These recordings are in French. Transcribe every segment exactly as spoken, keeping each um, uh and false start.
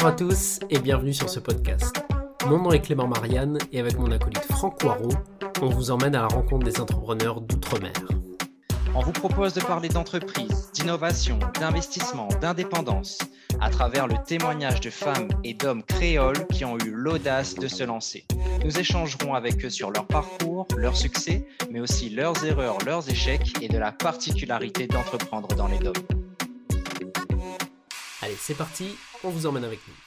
Bonjour à tous et bienvenue sur ce podcast. Mon nom est Clément Marianne et avec mon acolyte Franck Poirot, on vous emmène à la rencontre des entrepreneurs d'outre-mer. On vous propose de parler d'entreprise, d'innovation, d'investissement, d'indépendance, à travers le témoignage de femmes et d'hommes créoles qui ont eu l'audace de se lancer. Nous échangerons avec eux sur leur parcours, leurs succès, mais aussi leurs erreurs, leurs échecs et de la particularité d'entreprendre dans les D O M. Allez, c'est parti, on vous emmène avec nous.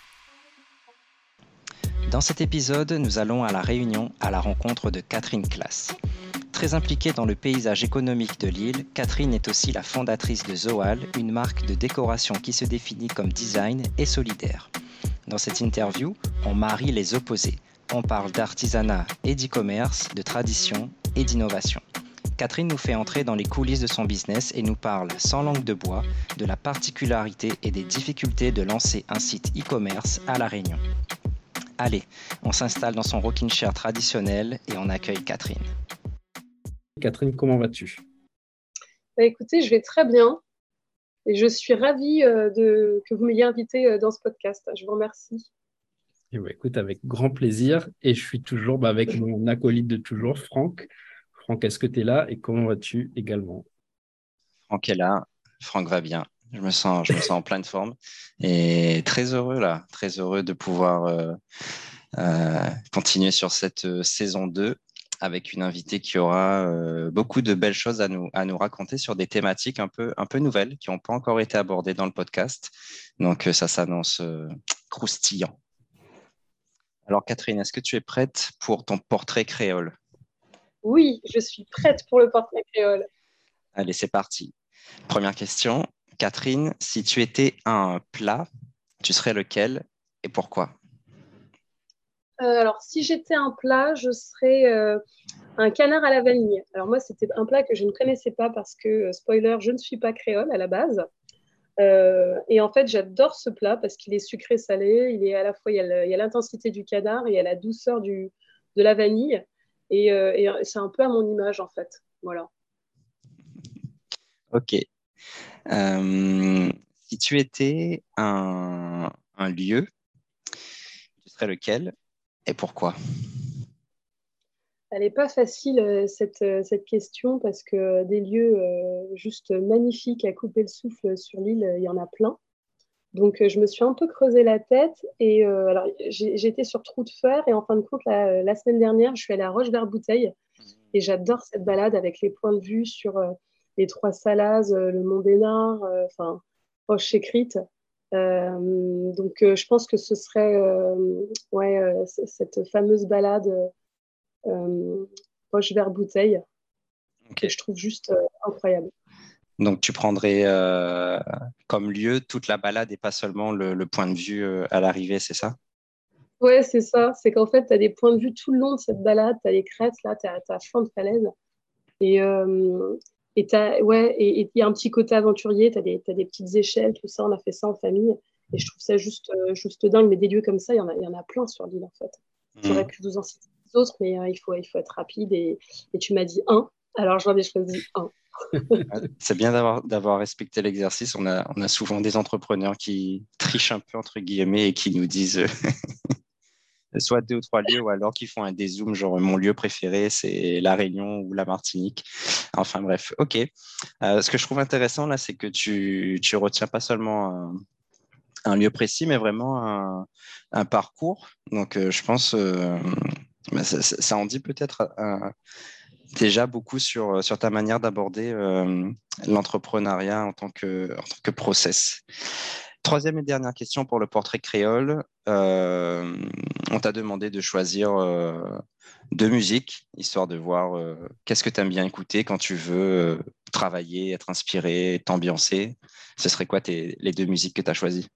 Dans cet épisode, nous allons à La Réunion à la rencontre de Catherine Claes. Très impliquée dans le paysage économique de l'île, Catherine est aussi la fondatrice de Zoal, une marque de décoration qui se définit comme design et solidaire. Dans cette interview, on marie les opposés. On parle d'artisanat et d'e-commerce, de tradition et d'innovation. Catherine nous fait entrer dans les coulisses de son business et nous parle sans langue de bois de la particularité et des difficultés de lancer un site e-commerce à La Réunion. Allez, on s'installe dans son rocking chair traditionnel et on accueille Catherine. Catherine, comment vas-tu ? Bah, écoutez, je vais très bien et je suis ravie euh, de, que vous m'ayez invitée euh, dans ce podcast. Je vous remercie. Et bah, écoute, avec grand plaisir. Et je suis toujours bah, avec mon acolyte de toujours, Franck. Franck, est-ce que tu es là et comment vas-tu également ? Franck est là, Franck va bien. Je me sens, je me sens en pleine forme et très heureux là, très heureux de pouvoir euh, euh, continuer sur cette euh, saison deux avec une invitée qui aura euh, beaucoup de belles choses à nous, à nous raconter sur des thématiques un peu, un peu nouvelles qui n'ont pas encore été abordées dans le podcast. Donc, euh, ça s'annonce euh, croustillant. Alors, Catherine, est-ce que tu es prête pour ton portrait créole ? Oui, je suis prête pour le portrait créole. Allez, c'est parti. Première question. Catherine, si tu étais un plat, tu serais lequel et pourquoi ? Euh, alors, si j'étais un plat, je serais euh, un canard à la vanille. Alors moi, c'était un plat que je ne connaissais pas parce que, euh, spoiler, je ne suis pas créole à la base. Euh, et en fait, j'adore ce plat parce qu'il est sucré-salé. Il est à la fois, il y a, le, il y a l'intensité du canard et il y a la douceur du, de la vanille. Et, euh, et c'est un peu à mon image, en fait. Voilà. Ok. Euh, si tu étais un, un lieu, tu serais lequel et pourquoi ? Elle n'est pas facile, euh, cette, euh, cette question, parce que des lieux euh, juste magnifiques à couper le souffle sur l'île, il y en a plein. Donc, euh, je me suis un peu creusé la tête. Et euh, alors, j'ai, j'étais sur Trou de Fer. Et en fin de compte, la, la semaine dernière, je suis allée à Roche-Vert-Bouteille. Et j'adore cette balade avec les points de vue sur euh, les Trois Salazes, euh, le Mont Bénard, euh, enfin, Roche-Écrite. Euh, donc, euh, je pense que ce serait euh, ouais, euh, c- cette fameuse balade euh, Roche-Vert-Bouteille Ok. que je trouve juste euh, incroyable. Donc, tu prendrais euh, comme lieu toute la balade et pas seulement le, le point de vue euh, à l'arrivée, c'est ça ? Ouais, c'est ça. C'est qu'en fait, tu as des points de vue tout le long de cette balade. Tu as les crêtes, là, tu as flanc de falaise. Et euh, et t'as, ouais, et il y a un petit côté aventurier. Tu as des, t'as des petites échelles, tout ça. On a fait ça en famille. Et je trouve ça juste, euh, juste dingue. Mais des lieux comme ça, il y en a, il y en a plein sur l'île, en fait. J'aurais Mmh. pu vous en citer d'autres, mais euh, il faut, il faut être rapide. Et, et tu m'as dit un. Alors, j'en ai choisi un. C'est bien d'avoir, d'avoir respecté l'exercice. On a, on a souvent des entrepreneurs qui trichent un peu, entre guillemets, et qui nous disent euh, soit deux ou trois lieux, ou alors qui font un dézoom, genre mon lieu préféré, c'est La Réunion ou la Martinique. Enfin bref, ok. Euh, ce que je trouve intéressant là, c'est que tu, tu retiens pas seulement un, un lieu précis, mais vraiment un, un parcours. Donc euh, je pense, euh, bah, ça, ça- ça en dit peut-être un- déjà beaucoup sur, sur ta manière d'aborder euh, l'entrepreneuriat en tant que, en tant que process. Troisième et dernière question pour le portrait créole. Euh, on t'a demandé de choisir euh, deux musiques, histoire de voir euh, qu'est-ce que tu aimes bien écouter quand tu veux euh, travailler, être inspiré, t'ambiancer. Ce serait quoi tes, les deux musiques que tu as choisies?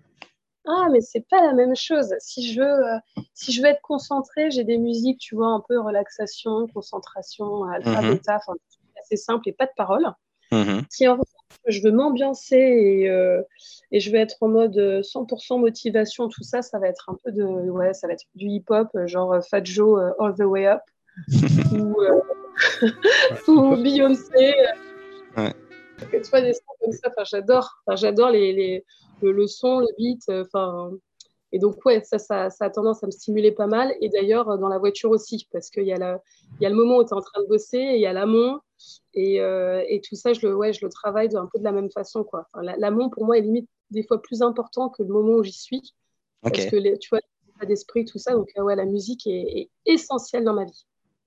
Ah, mais c'est pas la même chose. Si je veux, euh, si je veux être concentrée, j'ai des musiques, tu vois, un peu relaxation, concentration, alpha, Mhm, bêta, enfin, assez simple et pas de paroles. mhm. Si en revanche, je veux m'ambiancer et, euh, et je veux être en mode euh, cent pour cent motivation, tout ça, ça va être un peu de, ouais, ça va être du hip-hop, euh, genre euh, Fat Joe, euh, All the Way Up, ou, euh, Ouais, ou super. Beyoncé, Ouais. euh, tu vois, des sons comme ça. Enfin, j'adore, enfin, j'adore les, les, le, le son, le beat, euh, enfin. Et donc, ouais, ça, ça, ça a tendance à me stimuler pas mal. Et d'ailleurs, dans la voiture aussi, parce qu'il y a, la, il y a le moment où tu es en train de bosser et il y a l'amont. Et, euh, et tout ça, je le, ouais, je le travaille de, un peu de la même façon, quoi. Enfin, l'amont, pour moi, est limite des fois plus important que le moment où j'y suis. Parce Ok, que, les, tu vois, l'état d'esprit, tout ça. Donc, euh, ouais, la musique est, est essentielle dans ma vie.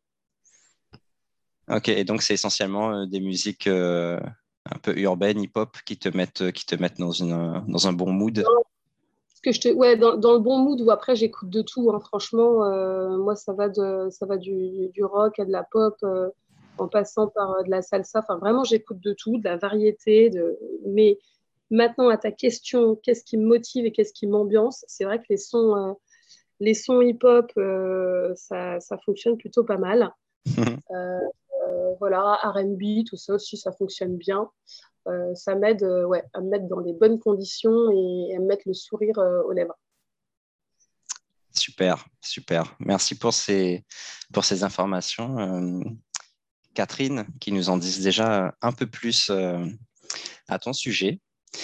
ok. Et donc, c'est essentiellement euh, des musiques euh, un peu urbaines, hip-hop, qui te mettent, qui te mettent dans, une, dans un bon mood. Parce que je te, ouais, dans, dans le bon mood, où après, j'écoute de tout. Hein. Franchement, euh, moi, ça va, de, ça va du, du rock à de la pop, euh, en passant par euh, de la salsa. Enfin, vraiment, j'écoute de tout, de la variété. De... Mais maintenant, à ta question, qu'est-ce qui me motive et qu'est-ce qui m'ambiance? C'est vrai que les sons, euh, les sons hip-hop, euh, ça, ça fonctionne plutôt pas mal. Euh, euh, voilà, R and B, tout ça aussi, ça fonctionne bien. Euh, ça m'aide euh, ouais, à me mettre dans les bonnes conditions et à me mettre le sourire euh, aux lèvres. Super, super. Merci pour ces, pour ces informations. Euh, Catherine, qui nous en disent déjà un peu plus euh, à ton sujet.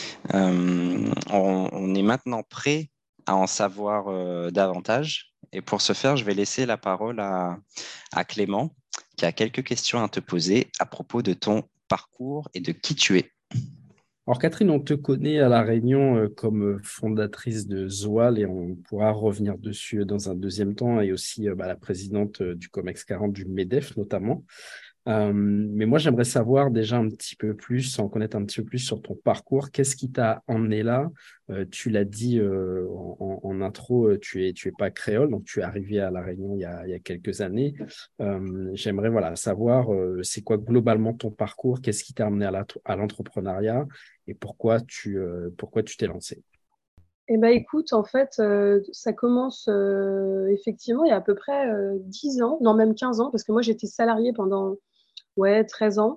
Euh, on, on est maintenant prêt à en savoir euh, davantage. Et pour ce faire, je vais laisser la parole à, à Clément, qui a quelques questions à te poser à propos de ton parcours et de qui tu es. Alors Catherine, on te connaît à La Réunion euh, comme fondatrice de Zoal et on pourra revenir dessus dans un deuxième temps et aussi euh, bah, la présidente euh, du COMEX quarante du MEDEF notamment. Euh, mais moi, j'aimerais savoir déjà un petit peu plus, en connaître un petit peu plus sur ton parcours. Qu'est-ce qui t'a emmené là? Euh, tu l'as dit euh, en, en intro, euh, tu es, tu es pas créole, donc tu es arrivé à La Réunion il y a, il y a quelques années. Euh, j'aimerais voilà, savoir euh, c'est quoi globalement ton parcours, qu'est-ce qui t'a amené à, la, à l'entrepreneuriat et pourquoi tu, euh, pourquoi tu t'es lancé. Eh ben, écoute, en fait, euh, ça commence euh, effectivement il y a à peu près euh, dix ans, non même quinze ans, parce que moi j'étais salariée pendant ouais, treize ans.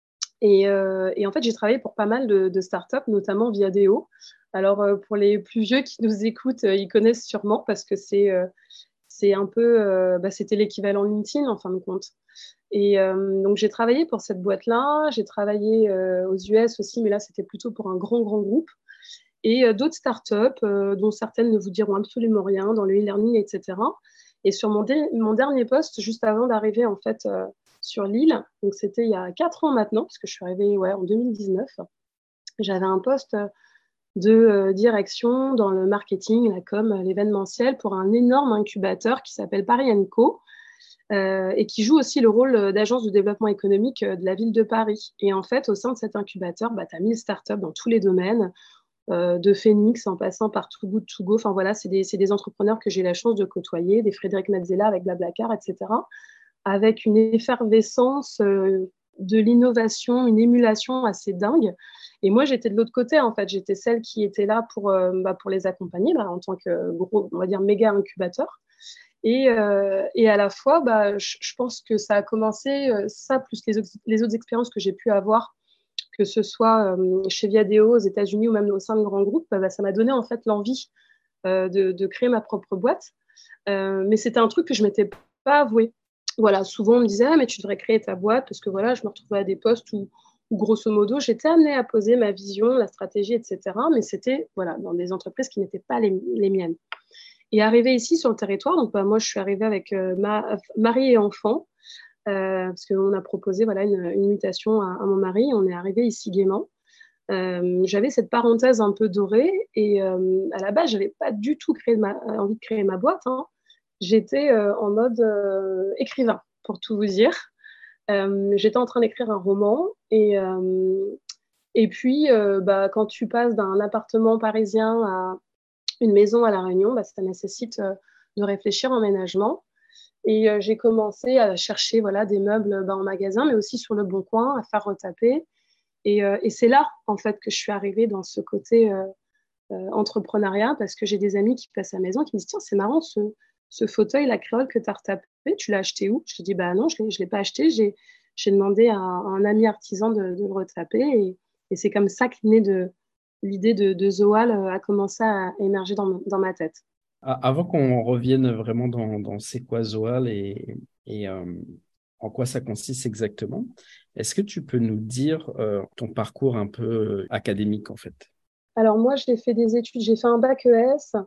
Et, euh, et en fait, j'ai travaillé pour pas mal de, de startups, notamment Viadeo. Alors, euh, pour les plus vieux qui nous écoutent, euh, ils connaissent sûrement parce que c'est euh, c'est un peu, euh, bah, c'était l'équivalent LinkedIn en fin de compte. Et euh, donc, j'ai travaillé pour cette boîte-là. J'ai travaillé euh, aux U S aussi, mais là, c'était plutôt pour un grand, grand groupe. Et euh, d'autres startups, euh, dont certaines ne vous diront absolument rien, dans le e-learning, et cetera. Et sur mon, dé- mon dernier poste, juste avant d'arriver en fait euh, sur l'île, donc c'était il y a quatre ans maintenant, parce que je suis arrivée ouais, en deux mille dix-neuf, j'avais un poste de euh, direction dans le marketing, la com, l'événementiel pour un énorme incubateur qui s'appelle Paris and Co. Euh, et qui joue aussi le rôle d'agence de développement économique euh, de la ville de Paris. Et en fait, au sein de cet incubateur, bah, tu as mille startups dans tous les domaines, euh, de Phoenix en passant par Too Good To Go. Enfin voilà, c'est des, c'est des entrepreneurs que j'ai la chance de côtoyer, des Frédéric Mazzella avec Blablacar, et cetera, avec une effervescence euh, de l'innovation, une émulation assez dingue. Et moi, j'étais de l'autre côté, en fait. J'étais celle qui était là pour, euh, bah, pour les accompagner bah, en tant que gros, on va dire, méga incubateur. Et, euh, et à la fois, bah, je, je pense que ça a commencé, euh, ça, plus les autres, les autres expériences que j'ai pu avoir, que ce soit euh, chez Viadeo aux États-Unis ou même au sein de grands groupes, bah, ça m'a donné en fait l'envie euh, de, de, créer ma propre boîte. Euh, mais c'était un truc que je ne m'étais pas avoué. Voilà, souvent on me disait ah, mais tu devrais créer ta boîte parce que voilà, je me retrouvais à des postes où, où grosso modo j'étais amenée à poser ma vision, la stratégie, et cetera. Mais c'était voilà, dans des entreprises qui n'étaient pas les, les miennes. Et arrivé ici sur le territoire, donc bah, moi je suis arrivée avec euh, ma, mari et enfant, euh, parce qu'on a proposé voilà, une, une mutation à, à mon mari. On est arrivé ici gaiement. Euh, j'avais cette parenthèse un peu dorée et euh, à la base, je n'avais pas du tout créé ma, envie de créer ma boîte. Hein. J'étais euh, en mode euh, écrivain, pour tout vous dire. Euh, j'étais en train d'écrire un roman et, euh, et puis euh, bah, quand tu passes d'un appartement parisien à une maison à La Réunion, bah, ça nécessite euh, de réfléchir en emménagement. Et euh, j'ai commencé à chercher voilà, des meubles bah, en magasin, mais aussi sur le Bon Coin, à faire retaper. Et, euh, et c'est là, en fait, que je suis arrivée dans ce côté euh, euh, entrepreneuriat, parce que j'ai des amis qui passent à la maison qui me disent tiens, c'est marrant, ce, ce fauteuil, la créole que tu as retapé, tu l'as acheté où? Je te dis bah non, je ne l'ai pas acheté. J'ai, j'ai demandé à, à un ami artisan de, de le retaper. Et, et c'est comme ça que l'idée de, l'idée de, de Zoal a commencé à émerger dans, dans ma tête. Avant qu'on revienne vraiment dans, dans c'est quoi Zoal et, et euh, en quoi ça consiste exactement, est-ce que tu peux nous dire euh, ton parcours un peu académique en fait? Alors moi, j'ai fait des études, j'ai fait un bac E S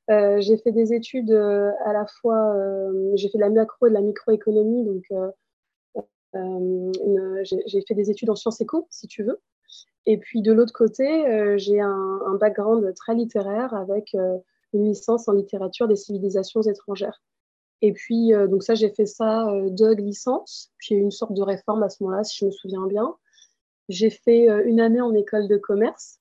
Euh, j'ai fait des études euh, à la fois, euh, j'ai fait de la macro et de la microéconomie, donc euh, euh, une- j'ai, j'ai fait des études en sciences éco, si tu veux. Et puis de l'autre côté, euh, j'ai un, un background très littéraire avec euh, une licence en littérature des civilisations étrangères. Et puis, euh, donc ça, j'ai fait ça, euh, D O G licence, puis une sorte de réforme à ce moment-là, si je me souviens bien. J'ai fait euh, une année en école de commerce.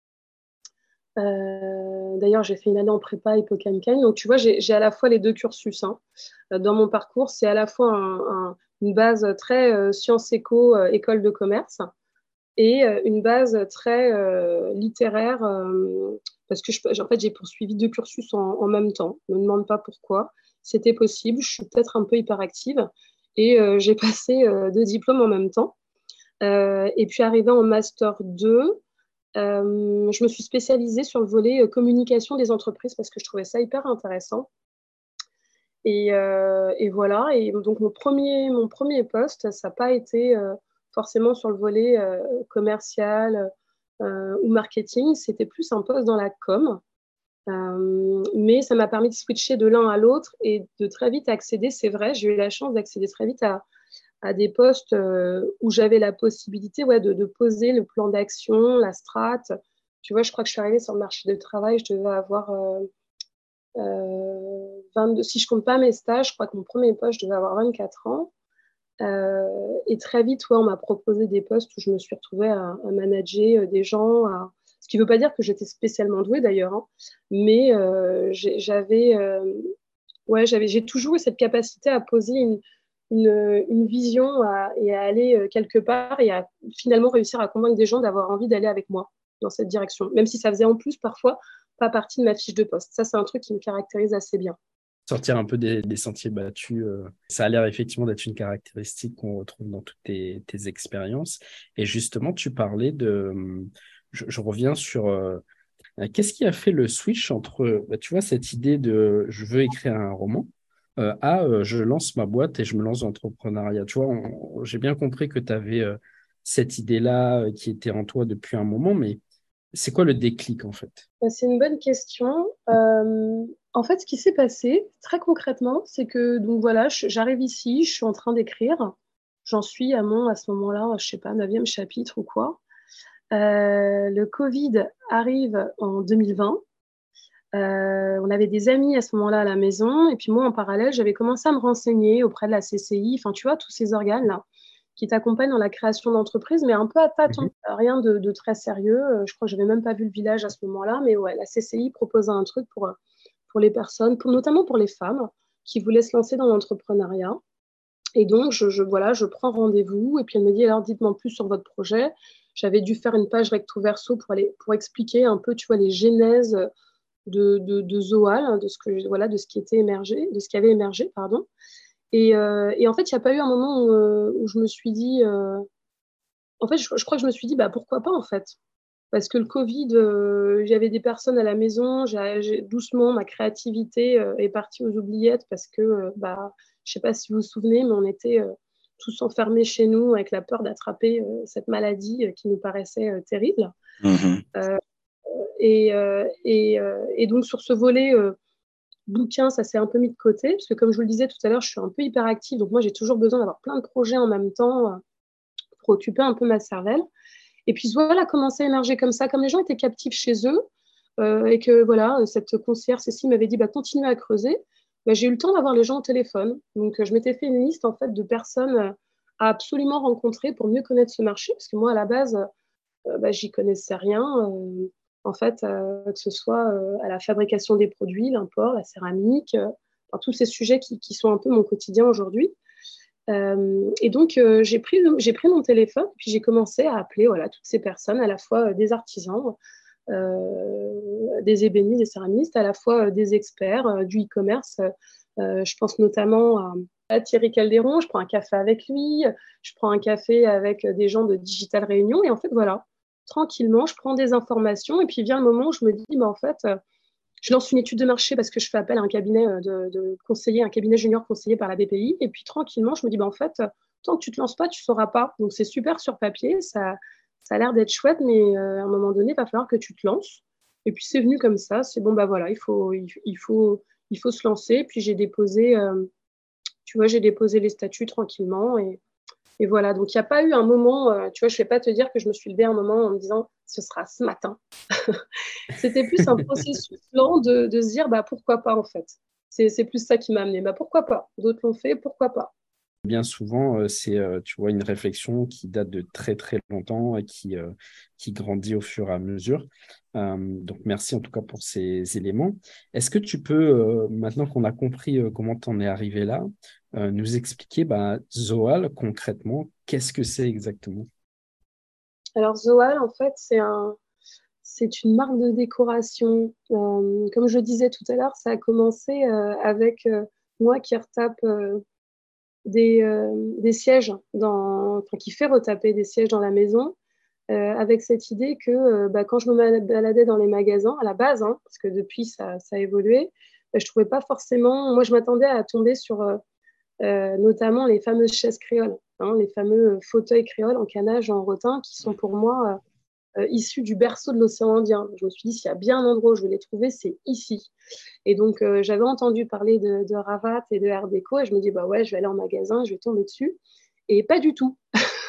Euh, d'ailleurs, j'ai fait une année en prépa Hippocampus. Donc, tu vois, j'ai, j'ai à la fois les deux cursus hein. Dans mon parcours. C'est à la fois un, un, une base très euh, sciences éco, euh, école de commerce, et euh, une base très euh, littéraire, euh, parce que je, en fait, j'ai poursuivi deux cursus en, en même temps. Ne me demande pas pourquoi. C'était possible. Je suis peut-être un peu hyperactive. Et euh, j'ai passé euh, deux diplômes en même temps. Euh, et puis, arrivé en Master deux, euh, je me suis spécialisée sur le volet euh, communication des entreprises parce que je trouvais ça hyper intéressant. Et, euh, et voilà. Et donc, mon premier, mon premier poste, ça n'a pas été euh, forcément sur le volet euh, commercial euh, ou marketing. C'était plus un poste dans la com. Euh, mais ça m'a permis de switcher de l'un à l'autre et de très vite accéder. C'est vrai, j'ai eu la chance d'accéder très vite à, à des postes euh, où j'avais la possibilité ouais, de, de poser le plan d'action, la strat. Tu vois, je crois que je suis arrivée sur le marché du travail, je devais avoir euh, euh, vingt-deux, si je compte pas mes stages, je crois que mon premier poste, je devais avoir vingt-quatre ans. Euh, et très vite, ouais, on m'a proposé des postes où je me suis retrouvée à, à manager euh, des gens, à... ce qui ne veut pas dire que j'étais spécialement douée d'ailleurs, hein, mais euh, j'ai- j'avais, euh, ouais, j'avais, j'ai toujours eu cette capacité à poser une, une, une vision à- et à aller euh, quelque part et à finalement réussir à convaincre des gens d'avoir envie d'aller avec moi dans cette direction, même si ça faisait en plus parfois pas partie de ma fiche de poste. Ça, c'est un truc qui me caractérise assez bien. Sortir un peu des, des sentiers battus, euh, ça a l'air effectivement d'être une caractéristique qu'on retrouve dans toutes tes, tes expériences. Et justement, tu parlais de... Je, je reviens sur... euh, qu'est-ce qui a fait le switch entre, bah, tu vois, cette idée de je veux écrire un roman euh, à euh, je lance ma boîte et je me lance dans l'entrepreneuriat. Tu vois, on- j'ai bien compris que tu avais euh, cette idée-là euh, qui était en toi depuis un moment, mais c'est quoi le déclic en fait? Bah, c'est une bonne question. Euh, en fait, ce qui s'est passé, très concrètement, c'est que donc voilà, je- j'arrive ici, je suis en train d'écrire. J'en suis à mon, à ce moment-là, je sais pas, neuvième chapitre ou quoi. Euh, le Covid arrive en deux mille vingt. Euh, on avait des amis à ce moment-là à la maison. Et puis moi, en parallèle, j'avais commencé à me renseigner auprès de la C C I. Enfin, tu vois, tous ces organes-là qui t'accompagnent dans la création d'entreprises, mais un peu à Mhm. tâtons. Rien de, de très sérieux. Euh, Je crois que je n'avais même pas vu le village à ce moment-là. Mais ouais, la C C I proposait un truc pour, pour les personnes, pour, notamment pour les femmes qui voulaient se lancer dans l'entrepreneuriat. Et donc, je, je, voilà, je prends rendez-vous. Et puis, elle me dit, alors, dites-moi plus sur votre projet. J'avais dû faire une page recto verso pour, aller, pour expliquer un peu, tu vois, les genèses de, de, de Zoal, hein, de ce que voilà, de ce qui était émergé, de ce qui avait émergé, pardon. Et, euh, et en fait, il n'y a pas eu un moment où, euh, où je me suis dit, euh, en fait, je, je, crois que je me suis dit, bah pourquoi pas en fait, parce que le Covid, euh, j'avais des personnes à la maison, j'ai, j'ai, doucement ma créativité euh, est partie aux oubliettes parce que, euh, bah, je sais pas si vous vous souvenez, mais on était euh, tous enfermés chez nous avec la peur d'attraper euh, cette maladie euh, qui nous paraissait euh, terrible. Mhm. Euh, et, euh, et, euh, et donc sur ce volet euh, bouquin, ça s'est un peu mis de côté, parce que comme je vous le disais tout à l'heure, je suis un peu hyperactive, donc moi j'ai toujours besoin d'avoir plein de projets en même temps euh, pour occuper un peu ma cervelle. Et puis voilà, commencé à émerger comme ça, comme les gens étaient captifs chez eux, euh, et que voilà, cette conseillère Cécile m'avait dit bah, continuez à creuser, bah, j'ai eu le temps d'avoir les gens au téléphone. Donc euh, je m'étais fait une liste en fait de personnes euh, à absolument rencontrer pour mieux connaître ce marché, parce que moi à la base, euh, bah, j'y connaissais rien. Euh, en fait, euh, que ce soit euh, à la fabrication des produits, l'import, la céramique, euh, enfin, tous ces sujets qui, qui, sont un peu mon quotidien aujourd'hui. Euh, et donc, euh, j'ai pris, j'ai pris mon téléphone, puis j'ai commencé à appeler voilà, toutes ces personnes, à la fois euh, des artisans, euh, des ébénistes, des céramistes, à la fois euh, des experts euh, du e-commerce. Euh, je pense notamment à, à Thierry Calderon, je prends un café avec lui, je prends un café avec des gens de Digital Réunion, et en fait, voilà, tranquillement, je prends des informations, et puis vient le moment où je me dis, bah, en fait, euh, je lance une étude de marché parce que je fais appel à un cabinet de, de conseiller, un cabinet junior conseillé par la B P I. Et puis tranquillement, je me dis, bah, en fait, tant que tu ne te lances pas, tu ne sauras pas. Donc c'est super sur papier, ça, ça a l'air d'être chouette, mais euh, à un moment donné, il va falloir que tu te lances. Et puis c'est venu comme ça, c'est bon, bah voilà, il faut, il, il faut, il faut se lancer. Puis j'ai déposé, euh, tu vois, j'ai déposé les statuts tranquillement. Et, et voilà, donc il n'y a pas eu un moment, euh, tu vois, je ne vais pas te dire que je me suis levée un moment en me disant, ce sera ce matin. C'était plus un processus lent de, de se dire, bah pourquoi pas en fait. C'est, c'est plus ça qui m'a amené, bah pourquoi pas. D'autres l'ont fait, pourquoi pas. Bien souvent, euh, c'est, euh, tu vois, une réflexion qui date de très, très longtemps et qui, euh, qui grandit au fur et à mesure. Euh, donc, merci en tout cas pour ces éléments. Est-ce que tu peux, euh, maintenant qu'on a compris euh, comment tu en es arrivé là, euh, nous expliquer, bah, Zoal, concrètement, qu'est-ce que c'est exactement? Alors, Zoal, en fait, c'est un, c'est une marque de décoration. Euh, comme je le disais tout à l'heure, ça a commencé euh, avec euh, moi qui retape euh, des, euh, des sièges, dans, enfin, qui fait retaper des sièges dans la maison, euh, avec cette idée que euh, bah, quand je me baladais dans les magasins, à la base, hein, parce que depuis ça, ça a évolué, bah, je trouvais pas forcément. Moi, je m'attendais à tomber sur euh, euh, notamment les fameuses chaises créoles, hein, les fameux fauteuils créoles en canage, en rotin, qui sont pour moi euh, euh, issus du berceau de l'océan Indien. Je me suis dit, s'il y a bien un endroit où je vais les trouver, c'est ici. Et donc, euh, j'avais entendu parler de, de Ravat et de Art Déco, et je me dis, bah ouais, je vais aller en magasin, je vais tomber dessus. Et pas du tout.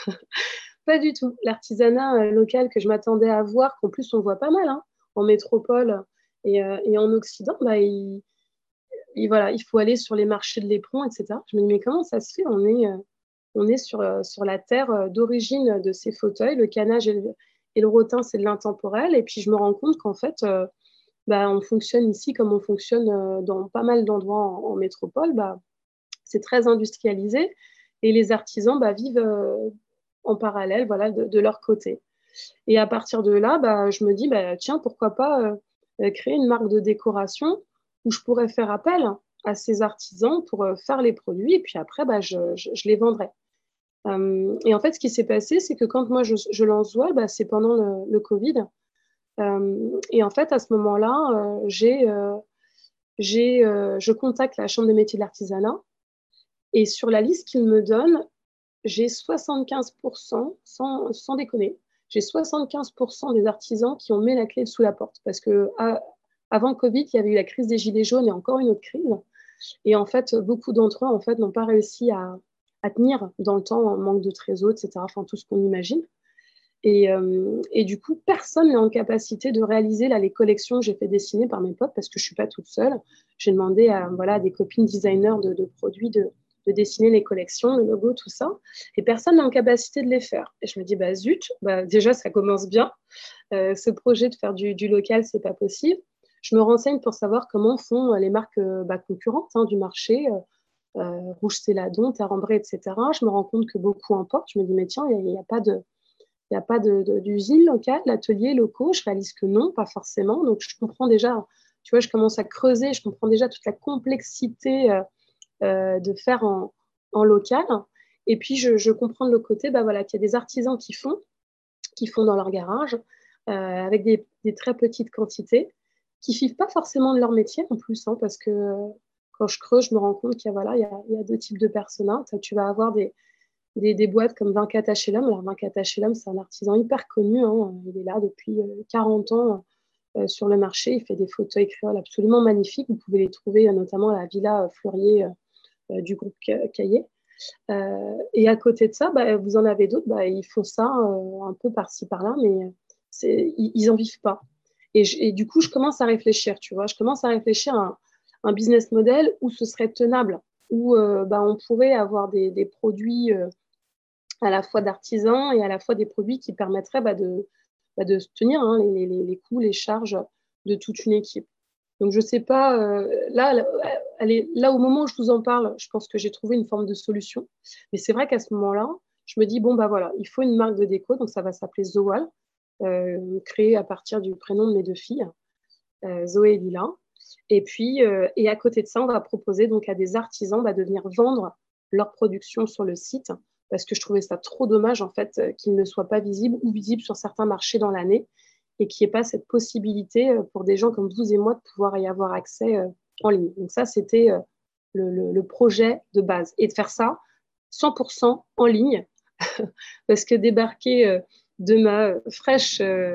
Pas du tout. L'artisanat euh, local que je m'attendais à voir, qu'en plus on voit pas mal hein, en métropole et, euh, et en Occident, bah, il, il, voilà, il faut aller sur les marchés de l'éperon, et cetera. Je me dis, mais comment ça se fait? On est, euh, on est sur, euh, sur la terre euh, d'origine de ces fauteuils. Le canage et le, et le rotin, c'est de l'intemporel. Et puis je me rends compte qu'en fait, euh, bah, on fonctionne ici comme on fonctionne euh, dans pas mal d'endroits en, en métropole. Bah, c'est très industrialisé et les artisans bah, vivent euh, en parallèle voilà, de, de leur côté. Et à partir de là, bah, je me dis, bah, tiens, pourquoi pas euh, créer une marque de décoration où je pourrais faire appel à ces artisans pour euh, faire les produits et puis après, bah, je, je, je les vendrai. Euh, et en fait, ce qui s'est passé, c'est que quand moi je, je lance Zoal, bah, c'est pendant le, le Covid. Euh, et en fait, à ce moment-là, euh, j'ai, euh, j'ai, euh, je contacte la Chambre des métiers de l'artisanat et sur la liste qu'ils me donnent, j'ai soixante-quinze pour cent, sans, sans déconner, j'ai soixante-quinze pour cent des artisans qui ont mis la clé sous la porte. Parce que à, avant Covid, il y avait eu la crise des Gilets jaunes et encore une autre crise. Et en fait, beaucoup d'entre eux en fait, n'ont pas réussi à, à tenir dans le temps, en manque de trésor, et cetera. Enfin, tout ce qu'on imagine. Et, euh, et, du coup, personne n'est en capacité de réaliser là, les collections que j'ai fait dessiner par mes potes parce que je ne suis pas toute seule. J'ai demandé à, voilà, à des copines designers de, de produits de, de dessiner les collections, le logo, tout ça. Et personne n'est en capacité de les faire. Et je me dis, bah zut, bah, déjà, ça commence bien. Euh, ce projet de faire du, du local, ce n'est pas possible. Je me renseigne pour savoir comment font les marques bah, concurrentes hein, du marché, euh, Rouge Céladon, Terre Ambrée, et cetera. Je me rends compte que beaucoup importent. Je me dis, mais tiens, il n'y a, a pas de... Il n'y a pas de, de, d'usine locale, d'ateliers locaux. Je réalise que non, pas forcément. Donc, je comprends déjà, tu vois, je commence à creuser, je comprends déjà toute la complexité euh, euh, de faire en, en local. Et puis, je, je comprends de l'autre côté bah, voilà, qu'il y a des artisans qui font, qui font dans leur garage, euh, avec des, des, très petites quantités, qui ne vivent pas forcément de leur métier en plus, hein, parce que euh, quand je creuse, je me rends compte qu'il y a, voilà, il y a, il y a deux types de personnes. Tu vas avoir des Des, des boîtes comme vingt-quatre H L M. Alors, vingt-quatre H L M, c'est un artisan hyper connu. Hein. Il est là depuis euh, quarante ans euh, sur le marché. Il fait des fauteuils créoles absolument magnifiques. Vous pouvez les trouver euh, notamment à la Villa Fleurier euh, du groupe Caillé. Euh, et à côté de ça, bah, vous en avez d'autres. Bah, ils font ça euh, un peu par-ci, par-là, mais c'est, ils n'en vivent pas. Et, je, et, du coup, je commence à réfléchir, tu vois. Je commence à réfléchir à un, un business model où ce serait tenable, où euh, bah, on pourrait avoir des, des produits... Euh, à la fois d'artisans et à la fois des produits qui permettraient bah, de, bah, de tenir hein, les, les, les coûts, les charges de toute une équipe. Donc, je ne sais pas, euh, là, elle est, là, au moment où je vous en parle, je pense que j'ai trouvé une forme de solution. Mais c'est vrai qu'à ce moment-là, je me dis, bon, bah voilà, il faut une marque de déco, donc ça va s'appeler Zoal, euh, créée à partir du prénom de mes deux filles, euh, Zoé et Lila. Et puis, euh, et à côté de ça, on va proposer donc à des artisans bah, de venir vendre leur production sur le site parce que je trouvais ça trop dommage en fait qu'ils ne soient pas visibles ou visibles sur certains marchés dans l'année et qu'il n'y ait pas cette possibilité pour des gens comme vous et moi de pouvoir y avoir accès en ligne. Donc ça, c'était le, le, le projet de base et de faire ça cent pour cent en ligne parce que débarquer de ma fraîche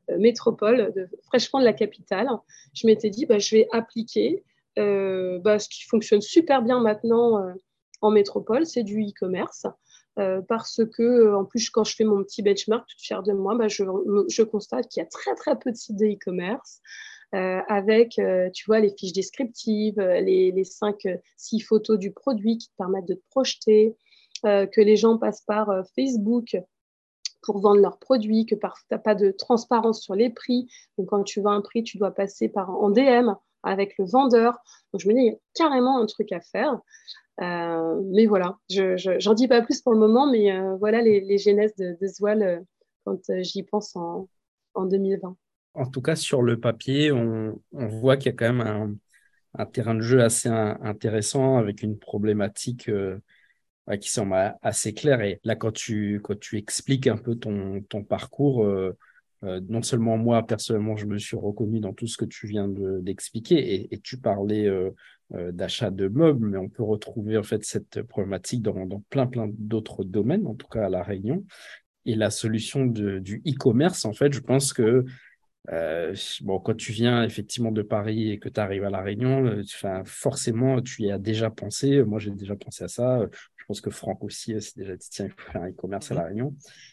euh, métropole, de, fraîchement de la capitale, je m'étais dit, bah, je vais appliquer euh, bah, ce qui fonctionne super bien maintenant euh, en métropole, c'est du e-commerce. Euh, parce que, en plus, quand je fais mon petit benchmark, toute fière de moi, bah, je, je constate qu'il y a très, très peu de sites de e-commerce euh, avec, euh, tu vois, les fiches descriptives, les, les cinq, six photos du produit qui te permettent de te projeter, euh, que les gens passent par euh, Facebook pour vendre leurs produits, que parfois, tu n'as pas de transparence sur les prix. Donc, quand tu veux un prix, tu dois passer par en D M avec le vendeur. Donc, je me dis, il y a carrément un truc à faire. Euh, mais voilà, je, je, j'en dis pas plus pour le moment, mais euh, voilà les, les genèses de, de Zwal euh, quand euh, j'y pense en, en deux mille vingt. En tout cas, sur le papier, on, on voit qu'il y a quand même un, un terrain de jeu assez un, intéressant avec une problématique euh, ouais, qui semble assez claire. Et là, quand tu, quand tu expliques un peu ton, ton parcours, euh, euh, non seulement moi, personnellement, je me suis reconnu dans tout ce que tu viens de, d'expliquer et, et tu parlais euh, euh, d'achat de meubles, mais on peut retrouver en fait cette problématique dans, dans plein, plein d'autres domaines, en tout cas à La Réunion. Et la solution de, du e-commerce, en fait, je pense que euh, bon, quand tu viens effectivement de Paris et que tu arrives à La Réunion, euh, tu, enfin, forcément, tu y as déjà pensé. Moi, j'ai déjà pensé à ça. Je pense que Franck aussi euh, s'est déjà dit, tiens, il faut faire un e-commerce à La Réunion.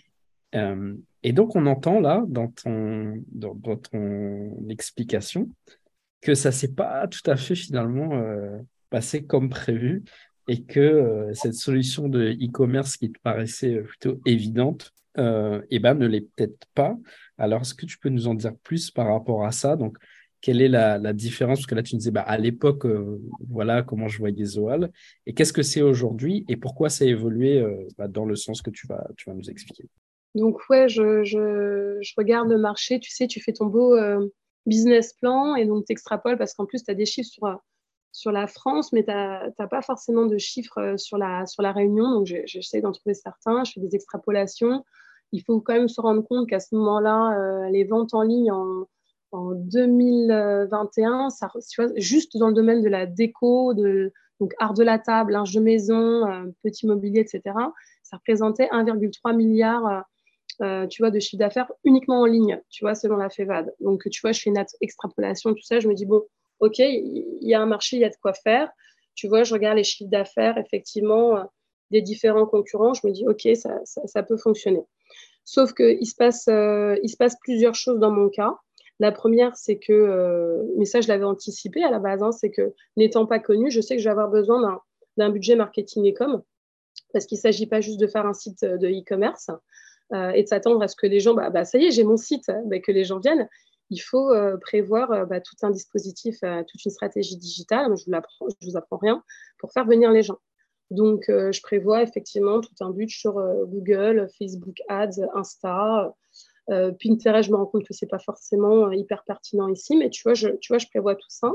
Euh, et donc, on entend là, dans ton, dans, dans ton explication, que ça ne s'est pas tout à fait finalement euh, passé comme prévu et que euh, cette solution de e-commerce qui te paraissait plutôt évidente, euh, eh ben, ne l'est peut-être pas. Alors, est-ce que tu peux nous en dire plus par rapport à ça? Donc, quelle est la, la différence? Parce que là, tu nous disais, bah, à l'époque, euh, voilà comment je voyais Zoal. Et qu'est-ce que c'est aujourd'hui et pourquoi ça a évolué euh, bah, dans le sens que tu vas, tu vas nous expliquer? Donc ouais, je, je, je regarde le marché, tu sais, tu fais ton beau euh, business plan et donc tu extrapoles parce qu'en plus, tu as des chiffres sur, sur la France, mais tu n'as pas forcément de chiffres sur la, sur la Réunion. Donc j'essaie d'en trouver certains, je fais des extrapolations. Il faut quand même se rendre compte qu'à ce moment-là, euh, les ventes en ligne en, en deux mille vingt et un, ça, tu vois, juste dans le domaine de la déco, de, donc art de la table, linge de maison, euh, petit mobilier, et cetera, ça représentait un virgule trois milliard euh, tu vois, de chiffre d'affaires uniquement en ligne, tu vois, selon la FEVAD. Donc, tu vois, je fais une extrapolation, tout ça, je me dis, bon, OK, il y a un marché, il y a de quoi faire. Tu vois, je regarde les chiffres d'affaires, effectivement, euh, des différents concurrents, je me dis, OK, ça, ça, ça peut fonctionner. Sauf qu'il se passe, euh, il se passe plusieurs choses dans mon cas. La première, c'est que, euh, mais ça, je l'avais anticipé à la base, hein, c'est que n'étant pas connue, je sais que je vais avoir besoin d'un, d'un budget marketing et com, parce qu'il ne s'agit pas juste de faire un site de e-commerce euh, et de s'attendre à ce que les gens, bah, bah ça y est, j'ai mon site, bah, que les gens viennent. Il faut euh, prévoir euh, bah, tout un dispositif, euh, toute une stratégie digitale, je ne vous, vous apprends rien, pour faire venir les gens. Donc, euh, je prévois effectivement tout un budget sur euh, Google, Facebook Ads, Insta, euh, Pinterest. Je me rends compte que ce n'est pas forcément euh, hyper pertinent ici, mais tu vois, je, tu vois, je prévois tout ça.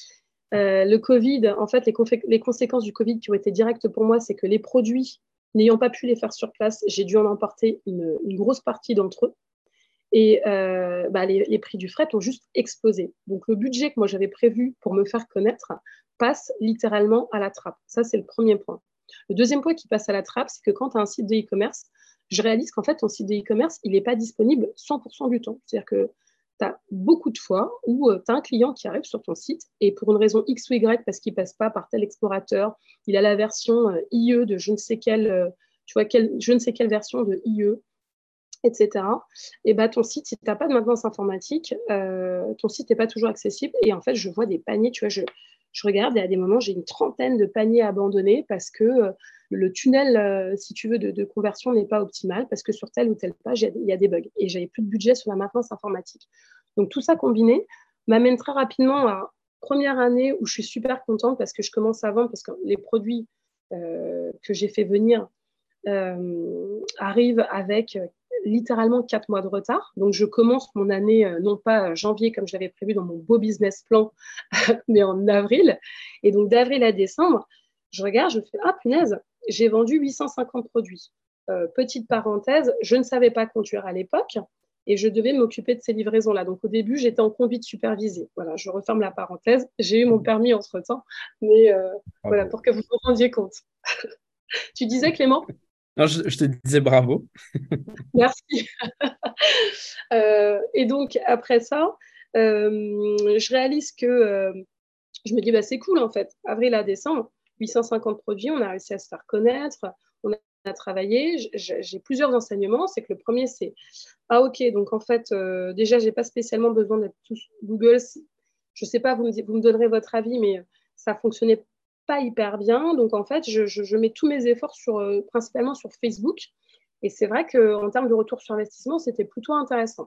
Euh, le Covid, en fait, les, les conséquences du Covid qui ont été directes pour moi, c'est que les produits, n'ayant pas pu les faire sur place, j'ai dû en emporter une, une grosse partie d'entre eux. Et euh, bah, les, les prix du fret ont juste explosé. Donc, le budget que moi j'avais prévu pour me faire connaître passe littéralement à la trappe. Ça, c'est le premier point. Le deuxième point qui passe à la trappe, c'est que quand tu as un site de e-commerce, je réalise qu'en fait, ton site de e-commerce, il n'est pas disponible cent pour cent du temps. C'est-à-dire que tu as beaucoup de fois où euh, tu as un client qui arrive sur ton site et pour une raison X ou Y, parce qu'il ne passe pas par tel explorateur, il a la version euh, I E de je ne sais quelle, euh, tu vois, quelle, je ne sais quelle version de I E, et cetera. Et bah, ton site, si tu n'as pas de maintenance informatique, euh, ton site n'est pas toujours accessible. Et en fait, je vois des paniers, tu vois, je, je regarde et à des moments, j'ai une trentaine de paniers abandonnés parce que euh, le tunnel, euh, si tu veux, de, de conversion n'est pas optimal parce que sur telle ou telle page, il y, y a des bugs. Et j'avais plus de budget sur la maintenance informatique. Donc, tout ça combiné m'amène très rapidement à première année où je suis super contente parce que je commence à vendre, parce que les produits euh, que j'ai fait venir euh, arrivent avec littéralement quatre mois de retard. Donc, je commence mon année, euh, non pas janvier comme je l'avais prévu dans mon beau business plan, mais en avril. Et donc, d'avril à décembre, je regarde, je fais « Ah, punaise, j'ai vendu huit cent cinquante produits. Euh, » Petite parenthèse, je ne savais pas conduire à l'époque et je devais m'occuper de ces livraisons-là. Donc, au début, j'étais en conduite supervisée. Voilà, je referme la parenthèse. J'ai eu mon permis entre-temps, mais euh, voilà, pour que vous vous rendiez compte. Tu disais, Clément ? Non, je, je te disais bravo. Merci. euh, et donc, après ça, euh, je réalise que euh, je me dis, bah, c'est cool en fait. Avril à décembre, huit cent cinquante produits, on a réussi à se faire connaître, on a travaillé. J'ai plusieurs enseignements. C'est que le premier, c'est ah, ok, donc en fait, euh, déjà, je n'ai pas spécialement besoin d'être tous Google. Je ne sais pas, vous me, vous me donnerez votre avis, mais ça ne fonctionnait pas hyper bien. Donc en fait, je, je, je mets tous mes efforts sur, euh, principalement sur Facebook. Et c'est vrai qu'en termes de retour sur investissement, c'était plutôt intéressant.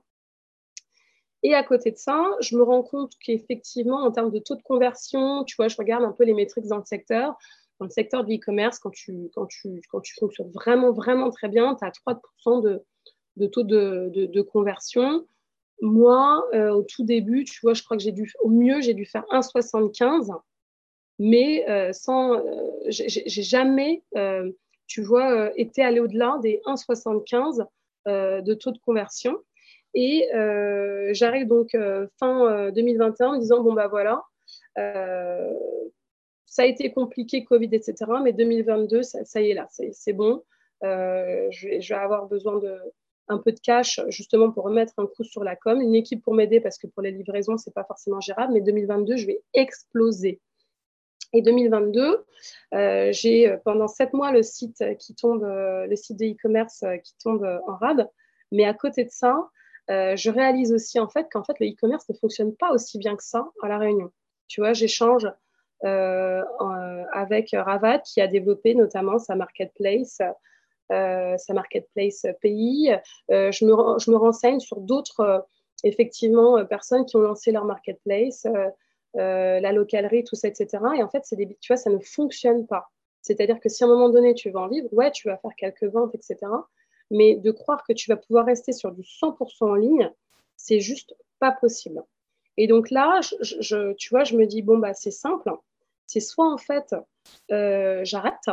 Et à côté de ça, je me rends compte qu'effectivement, en termes de taux de conversion, tu vois, je regarde un peu les métriques dans le secteur. Dans le secteur du e-commerce, quand tu, quand, tu, quand tu fonctionnes vraiment, vraiment très bien, tu as trois pour cent de, de taux de, de, de conversion. Moi, euh, au tout début, tu vois, je crois que j'ai dû, au mieux, j'ai dû faire un virgule soixante-quinze, mais euh, sans, euh, j'ai jamais, euh, tu vois, euh, été allé au-delà des un virgule soixante-quinze euh, de taux de conversion. Et euh, j'arrive donc euh, fin euh, deux mille vingt et un en me disant, bon, bah voilà, euh, ça a été compliqué, Covid, et cetera. Mais deux mille vingt-deux, ça, ça y est là, c'est bon. Euh, je, vais, je vais avoir besoin de un peu de cash justement pour remettre un coup sur la com, une équipe pour m'aider parce que pour les livraisons, c'est pas forcément gérable. Mais deux mille vingt-deux, je vais exploser. Et deux mille vingt-deux, euh, j'ai pendant sept mois le site qui tombe, euh, le site de e-commerce euh, qui tombe euh, en rade. Mais à côté de ça, euh, je réalise aussi en fait qu'en fait le e-commerce ne fonctionne pas aussi bien que ça à La Réunion. Tu vois, j'échange euh, euh, avec Ravat qui a développé notamment sa marketplace, euh, sa marketplace pays. Euh, je, me, je me renseigne sur d'autres euh, effectivement personnes qui ont lancé leur marketplace. Euh, Euh, la localerie, tout ça, et cetera. Et en fait, c'est des, tu vois, ça ne fonctionne pas. C'est-à-dire que si à un moment donné, tu vas en vivre, ouais, tu vas faire quelques ventes, et cetera. Mais de croire que tu vas pouvoir rester sur du cent pour cent en ligne, c'est juste pas possible. Et donc là, je, je, tu vois, je me dis, bon, bah, c'est simple. C'est soit, en fait, euh, j'arrête,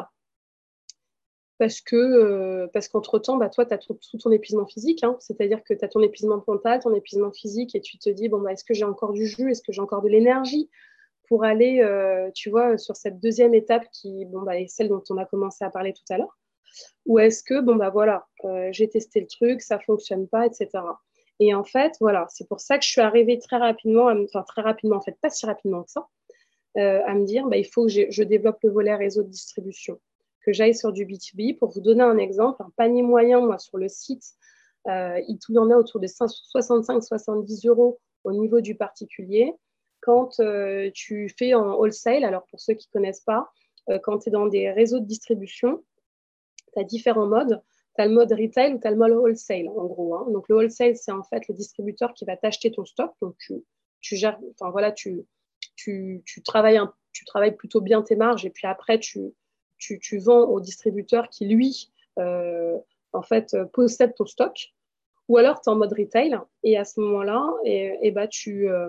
parce que euh, parce qu'entre-temps, bah, toi, tu as tout, tout ton épuisement physique, hein, c'est-à-dire que tu as ton épuisement mental, ton épuisement physique, et tu te dis, bon, bah, est-ce que j'ai encore du jus, est-ce que j'ai encore de l'énergie pour aller, euh, tu vois, sur cette deuxième étape qui, bon, bah, est celle dont on a commencé à parler tout à l'heure, ou est-ce que, bon, bah voilà, euh, j'ai testé le truc, ça fonctionne pas, et cetera. Et en fait, voilà, c'est pour ça que je suis arrivée très rapidement, à me, enfin très rapidement, en fait, pas si rapidement que ça, euh, à me dire, bah, il faut que je développe le volet réseau de distribution, que j'aille sur du B deux B. Pour vous donner un exemple, un panier moyen, moi, sur le site, euh, il en a autour de soixante-cinq à soixante-dix euros au niveau du particulier. Quand euh, tu fais en wholesale, alors pour ceux qui ne connaissent pas, euh, quand tu es dans des réseaux de distribution, tu as différents modes. Tu as le mode retail ou tu as le mode wholesale, en gros. Hein. Donc, le wholesale, c'est en fait le distributeur qui va t'acheter ton stock. Donc, tu, tu gères, enfin voilà, tu, tu, tu, travailles un, tu travailles plutôt bien tes marges et puis après, tu, tu, tu vends au distributeur qui, lui, euh, en fait, possède ton stock. Ou alors, tu es en mode retail et à ce moment-là, et, et bah, tu, euh,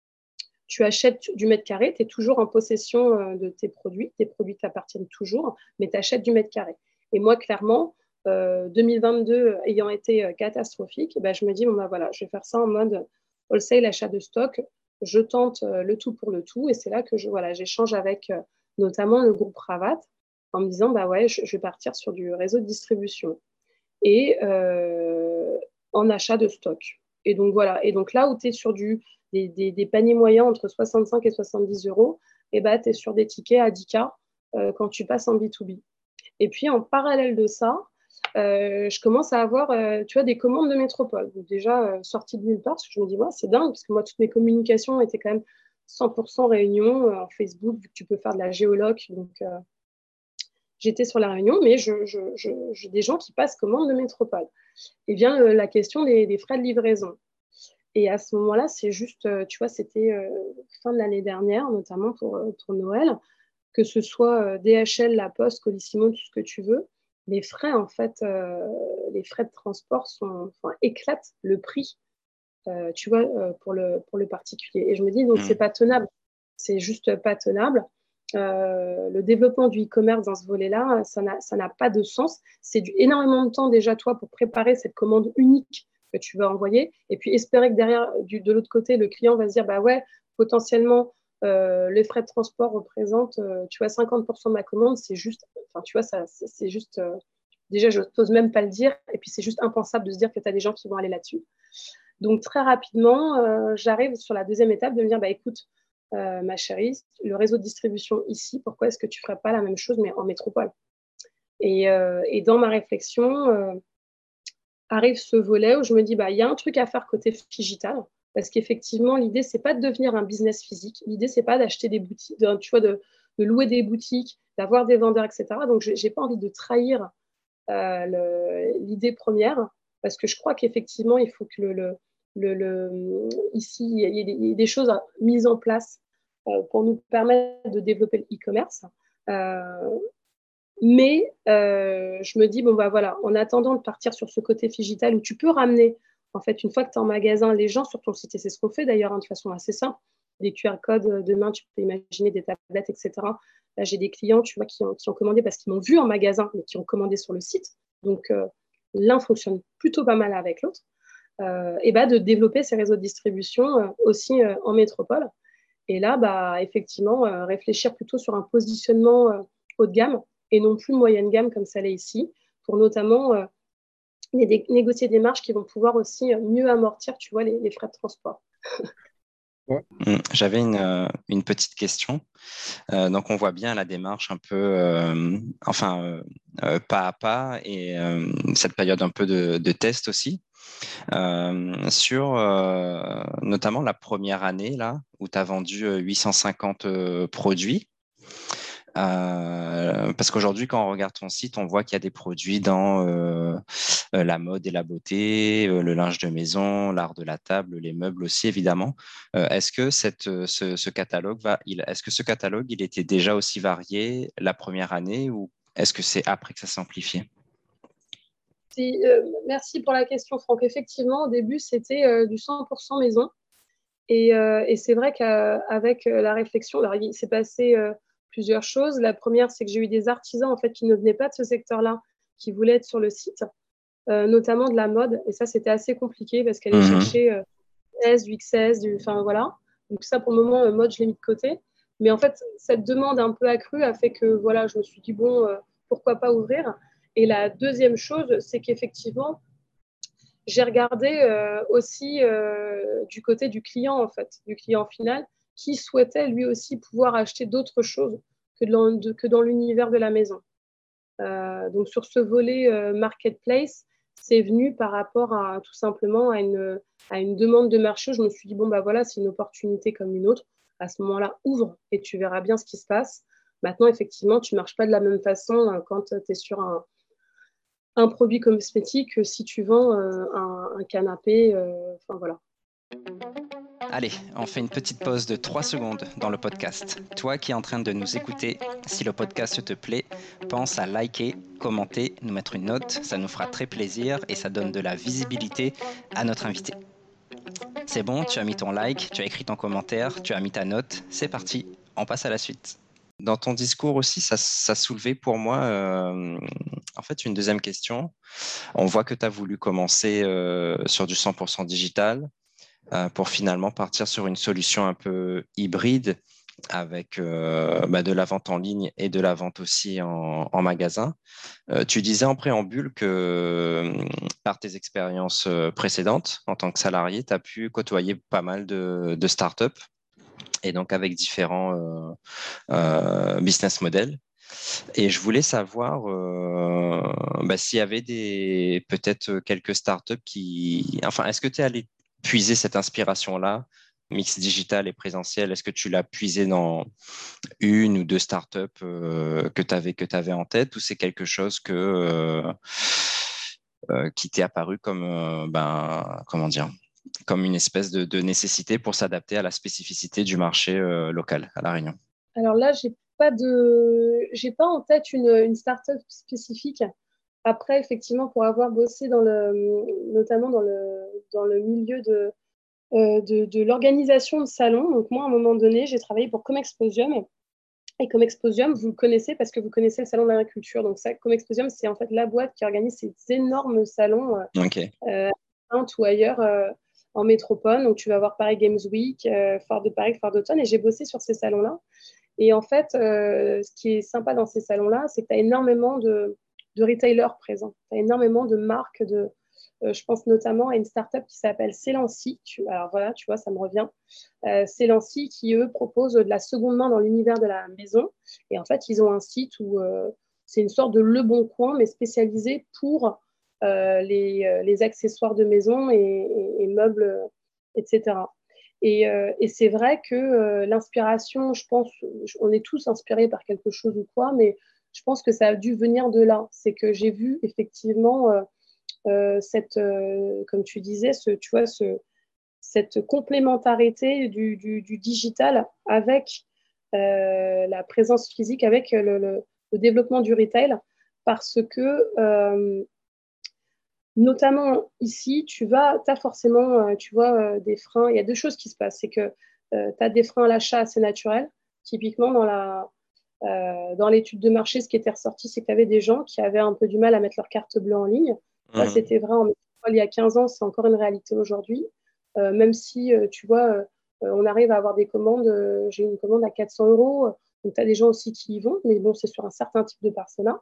tu achètes du mètre carré, tu es toujours en possession euh, de tes produits. Tes produits t'appartiennent toujours, mais tu achètes du mètre carré. Et moi, clairement, euh, deux mille vingt-deux ayant été euh, catastrophique, bah, je me dis, bon, bah, voilà, je vais faire ça en mode wholesale, achat de stock. Je tente euh, le tout pour le tout. Et c'est là que je, voilà, j'échange avec euh, notamment le groupe Ravat en me disant, bah ouais, je, je vais partir sur du réseau de distribution et euh, en achat de stock. Et donc voilà. Et donc là où tu es sur du, des, des, des, paniers moyens entre soixante-cinq et soixante-dix euros, et bah, tu es sur des tickets à dix K euh, quand tu passes en B deux B. Et puis en parallèle de ça, euh, je commence à avoir euh, tu vois, des commandes de métropole. Donc, déjà euh, sorties de nulle part, parce que je me dis, ouais, c'est dingue, parce que moi, toutes mes communications étaient quand même cent pour cent réunion euh, en Facebook, vu que tu peux faire de la géoloc. Donc, euh, j'étais sur la réunion, mais je, je, je, j'ai des gens qui passent commande de métropole. Et vient euh, la question des, des frais de livraison. Et à ce moment-là, c'est juste, euh, tu vois, c'était euh, fin de l'année dernière, notamment pour, euh, pour Noël, que ce soit euh, D H L, La Poste, Colissimo, tout ce que tu veux, les frais, en fait, euh, les frais de transport sont, enfin, éclatent le prix, euh, tu vois, euh, pour, le, pour le particulier. Et je me dis, donc, mmh. c'est pas tenable. C'est juste pas tenable. Euh, le développement du e-commerce dans ce volet-là, ça n'a pas de sens. C'est du énormément de temps déjà, toi, pour préparer cette commande unique que tu vas envoyer. Et puis, espérer que derrière, du, de l'autre côté, le client va se dire, bah ouais, potentiellement, euh, les frais de transport représentent, euh, tu vois, cinquante pour cent de ma commande. C'est juste, enfin, tu vois, ça, c'est juste, euh, déjà, je n'ose même pas le dire. Et puis, c'est juste impensable de se dire que tu as des gens qui vont aller là-dessus. Donc, très rapidement, euh, j'arrive sur la deuxième étape de me dire, bah, écoute, euh, ma chérie, le réseau de distribution ici, pourquoi est-ce que tu ne ferais pas la même chose, mais en métropole? Et, euh, et dans ma réflexion, euh, arrive ce volet où je me dis, bah, il y a un truc à faire côté digital, parce qu'effectivement, l'idée, c'est pas de devenir un business physique. L'idée, c'est pas d'acheter des boutiques, de, tu vois, de, de louer des boutiques, d'avoir des vendeurs, et cetera. Donc, je n'ai pas envie de trahir euh, le, l'idée première, parce que je crois qu'effectivement, il faut que le, le, le, le ici, il y, ait des, il y ait des choses mises en place euh, pour nous permettre de développer le e-commerce. Euh, Mais euh, je me dis, bon, bah voilà, en attendant de partir sur ce côté digital où tu peux ramener, en fait, une fois que tu es en magasin, les gens sur ton site, et c'est ce qu'on fait d'ailleurs hein, de façon assez simple, des Q R codes, demain, tu peux imaginer des tablettes, et cetera. Là, j'ai des clients, tu vois, qui ont, qui ont commandé parce qu'ils m'ont vu en magasin, mais qui ont commandé sur le site. Donc, euh, l'un fonctionne plutôt pas mal avec l'autre. Euh, et bah, de développer ces réseaux de distribution euh, aussi euh, en métropole. Et là, bah, effectivement, euh, réfléchir plutôt sur un positionnement euh, haut de gamme et non plus moyenne gamme comme ça l'est ici, pour notamment euh, né- négocier des marges qui vont pouvoir aussi mieux amortir, tu vois, les, les frais de transport. Ouais. J'avais une, euh, une petite question. Euh, donc, on voit bien la démarche un peu, euh, enfin, euh, euh, pas à pas et euh, cette période un peu de, de test aussi. Euh, sur euh, notamment la première année là où tu as vendu euh, huit cent cinquante euh, produits. Euh, parce qu'aujourd'hui, quand on regarde ton site, on voit qu'il y a des produits dans euh, euh, la mode et la beauté, euh, le linge de maison, l'art de la table, les meubles aussi, évidemment. Euh, est-ce que cette, ce, ce catalogue va, il, est-ce que ce catalogue, il était déjà aussi varié la première année ou est-ce que c'est après que ça s'est amplifié? Si, euh, merci pour la question, Franck. Effectivement, au début, c'était euh, du cent pour cent maison. Et, euh, et c'est vrai qu'avec la réflexion, alors, il s'est passé euh, plusieurs choses. La première, c'est que j'ai eu des artisans en fait, qui ne venaient pas de ce secteur-là, qui voulaient être sur le site, euh, notamment de la mode. Et ça, c'était assez compliqué parce qu'aller Mhm. chercher euh, S, du X S, du, enfin voilà. Donc ça, pour le moment, euh, mode, je l'ai mis de côté. Mais en fait, cette demande un peu accrue a fait que voilà, je me suis dit, bon, euh, pourquoi pas ouvrir. Et la deuxième chose, c'est qu'effectivement, j'ai regardé euh, aussi euh, du côté du client, en fait, du client final, qui souhaitait lui aussi pouvoir acheter d'autres choses que, dans, de, que dans l'univers de la maison. Euh, donc sur ce volet euh, marketplace, c'est venu par rapport à tout simplement à une, à une demande de marché. Je me suis dit, bon, bah voilà, c'est une opportunité comme une autre. À ce moment-là, ouvre et tu verras bien ce qui se passe. Maintenant, effectivement, tu ne marches pas de la même façon euh, quand tu es sur un, un produit cosmétique que si tu vends euh, un, un canapé. euh, Enfin, voilà. Allez, on fait une petite pause de trois secondes dans le podcast. Toi qui es en train de nous écouter, si le podcast te plaît, pense à liker, commenter, nous mettre une note, ça nous fera très plaisir et ça donne de la visibilité à notre invité. C'est bon, tu as mis ton like, tu as écrit ton commentaire, tu as mis ta note, c'est parti, on passe à la suite. Dans ton discours aussi, ça, ça soulevait pour moi euh, en fait une deuxième question. On voit que tu as voulu commencer euh, sur du cent pour cent digital, euh, pour finalement partir sur une solution un peu hybride avec euh, bah, de la vente en ligne et de la vente aussi en, en magasin. Euh, tu disais en préambule que euh, par tes expériences euh, précédentes en tant que salarié, tu as pu côtoyer pas mal de, de startups et donc avec différents euh, euh, business models. Et je voulais savoir euh, bah, s'il y avait des peut-être quelques startups qui, enfin, est-ce que tu es allé puiser cette inspiration-là, mix digital et présentiel? Est-ce que tu l'as puisé dans une ou deux startups euh, que tu avais que tu avais en tête, ou c'est quelque chose que euh, euh, qui t'est apparu comme euh, ben comment dire, comme une espèce de, de nécessité pour s'adapter à la spécificité du marché euh, local à La Réunion? Alors là, j'ai pas de, j'ai pas en tête une, une start-up spécifique. Après, effectivement, pour avoir bossé dans le, notamment dans le, dans le milieu de, euh, de, de l'organisation de salons. Donc moi, à un moment donné, j'ai travaillé pour Comexposium. Et Comexposium, vous le connaissez parce que vous connaissez le salon de l'agriculture. Donc ça, Comexposium, c'est en fait la boîte qui organise ces énormes salons Ok. euh, à Sainte ou ailleurs euh, en métropole. Donc tu vas voir Paris Games Week, euh, Foire de Paris, Foire d'automne. Et j'ai bossé sur ces salons-là. Et en fait, euh, ce qui est sympa dans ces salons-là, c'est que tu as énormément de, de retailers présents. Tu as énormément de marques, de, euh, je pense notamment à une startup qui s'appelle Celancy. Tu, alors voilà, tu vois, ça me revient. Euh, Celancy qui, eux, proposent de la seconde main dans l'univers de la maison. Et en fait, ils ont un site où euh, c'est une sorte de Le Bon Coin, mais spécialisé pour euh, les, euh, les accessoires de maison et, et, et meubles, et cetera. Et, euh, et c'est vrai que euh, l'inspiration, je pense, on est tous inspirés par quelque chose ou quoi, mais je pense que ça a dû venir de là. C'est que j'ai vu effectivement euh, euh, cette, euh, comme tu disais, ce, tu vois, ce, cette complémentarité du, du, du digital avec euh, la présence physique, avec le, le, le développement du retail, parce que euh, notamment ici, tu vas, as forcément, euh, tu vois, euh, des freins. Il y a deux choses qui se passent. C'est que euh, tu as des freins à l'achat assez naturels. Typiquement, dans la, euh, dans l'étude de marché, ce qui était ressorti, c'est que tu avais des gens qui avaient un peu du mal à mettre leur carte bleue en ligne. Ça, Mhm. c'était vrai en métropole il y a quinze ans, c'est encore une réalité aujourd'hui. Euh, même si, euh, tu vois, euh, on arrive à avoir des commandes, euh, j'ai une commande à quatre cents euros, donc tu as des gens aussi qui y vont, mais bon, c'est sur un certain type de persona.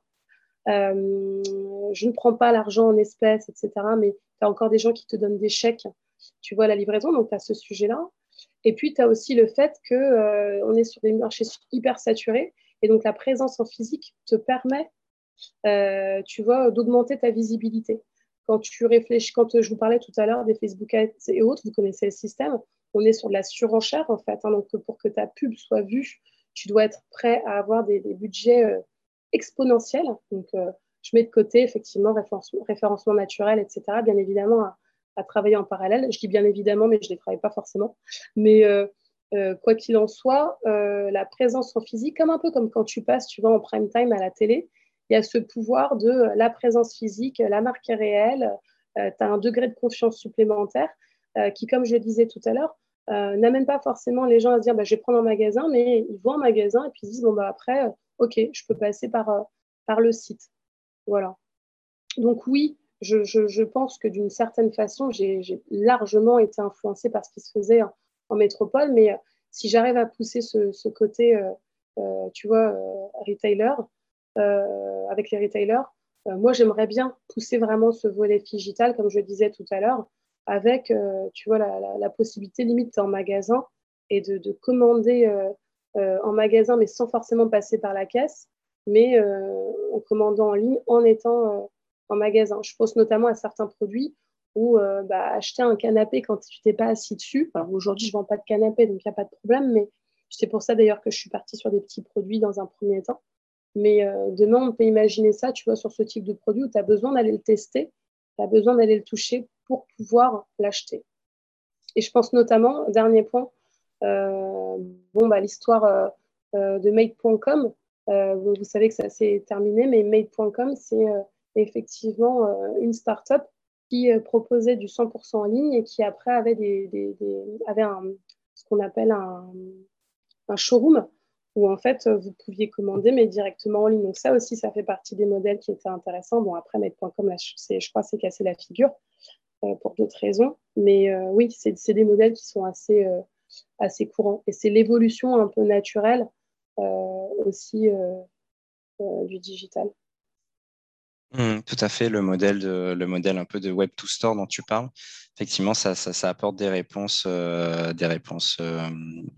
Euh, je ne prends pas l'argent en espèces, et cetera, mais tu as encore des gens qui te donnent des chèques, tu vois, la livraison, donc tu as ce sujet-là. Et puis, tu as aussi le fait qu'on euh, est sur des marchés hyper saturés, et donc la présence en physique te permet, euh, tu vois, d'augmenter ta visibilité. Quand tu réfléchis, quand je vous parlais tout à l'heure des Facebook Ads et autres, vous connaissez le système, on est sur de la surenchère en fait. Hein, donc pour que ta pub soit vue, tu dois être prêt à avoir des, des budgets euh, exponentiels. Donc euh, je mets de côté effectivement référencement, référencement naturel, et cetera. Bien évidemment à, à travailler en parallèle. Je dis bien évidemment, mais je ne les travaille pas forcément. Mais euh, euh, quoi qu'il en soit, euh, la présence en physique, comme un peu comme quand tu passes, tu vois, en prime time à la télé, il y a ce pouvoir de la présence physique, la marque est réelle, euh, tu as un degré de confiance supplémentaire euh, qui, comme je le disais tout à l'heure, euh, n'amène pas forcément les gens à se dire bah, je vais prendre un magasin, mais ils vont en magasin et puis ils se disent bon, bah, après, euh, ok, je peux passer par, euh, par le site. Voilà. Donc oui, je, je, je pense que d'une certaine façon, j'ai, j'ai largement été influencée par ce qui se faisait en, en métropole, mais euh, si j'arrive à pousser ce, ce côté, euh, euh, tu vois, euh, retailer, euh, avec les retailers, euh, moi j'aimerais bien pousser vraiment ce volet digital, comme je le disais tout à l'heure, avec, euh, tu vois, la, la, la possibilité limite en magasin et de, de commander euh, euh, en magasin, mais sans forcément passer par la caisse, mais euh, en commandant en ligne, en étant euh, en magasin. Je pense notamment à certains produits où euh, bah, acheter un canapé quand tu t'es pas assis dessus. Alors aujourd'hui, je vends pas de canapé, donc il n'y a pas de problème, mais c'est pour ça d'ailleurs que je suis partie sur des petits produits dans un premier temps. Mais euh, demain, on peut imaginer ça, tu vois, sur ce type de produit où tu as besoin d'aller le tester, tu as besoin d'aller le toucher pour pouvoir l'acheter. Et je pense notamment, dernier point, euh, bon, bah, l'histoire euh, euh, de made point com, euh, vous savez que ça s'est terminé, mais made point com, c'est euh, effectivement euh, une start-up qui euh, proposait du cent pour cent en ligne et qui après avait, des, des, des, avait un, ce qu'on appelle un, un showroom où en fait vous pouviez commander mais directement en ligne. Donc ça aussi, ça fait partie des modèles qui étaient intéressants. Bon, après, made point com, là, je, je crois que c'est cassé la figure euh, pour d'autres raisons. Mais euh, oui, c'est, c'est des modèles qui sont assez, euh, assez courants. Et c'est l'évolution un peu naturelle euh, aussi euh, euh, du digital. Mmh, tout à fait, le modèle, de, le modèle un peu de Web to Store dont tu parles, effectivement, ça, ça, ça apporte des réponses, euh, des réponses euh,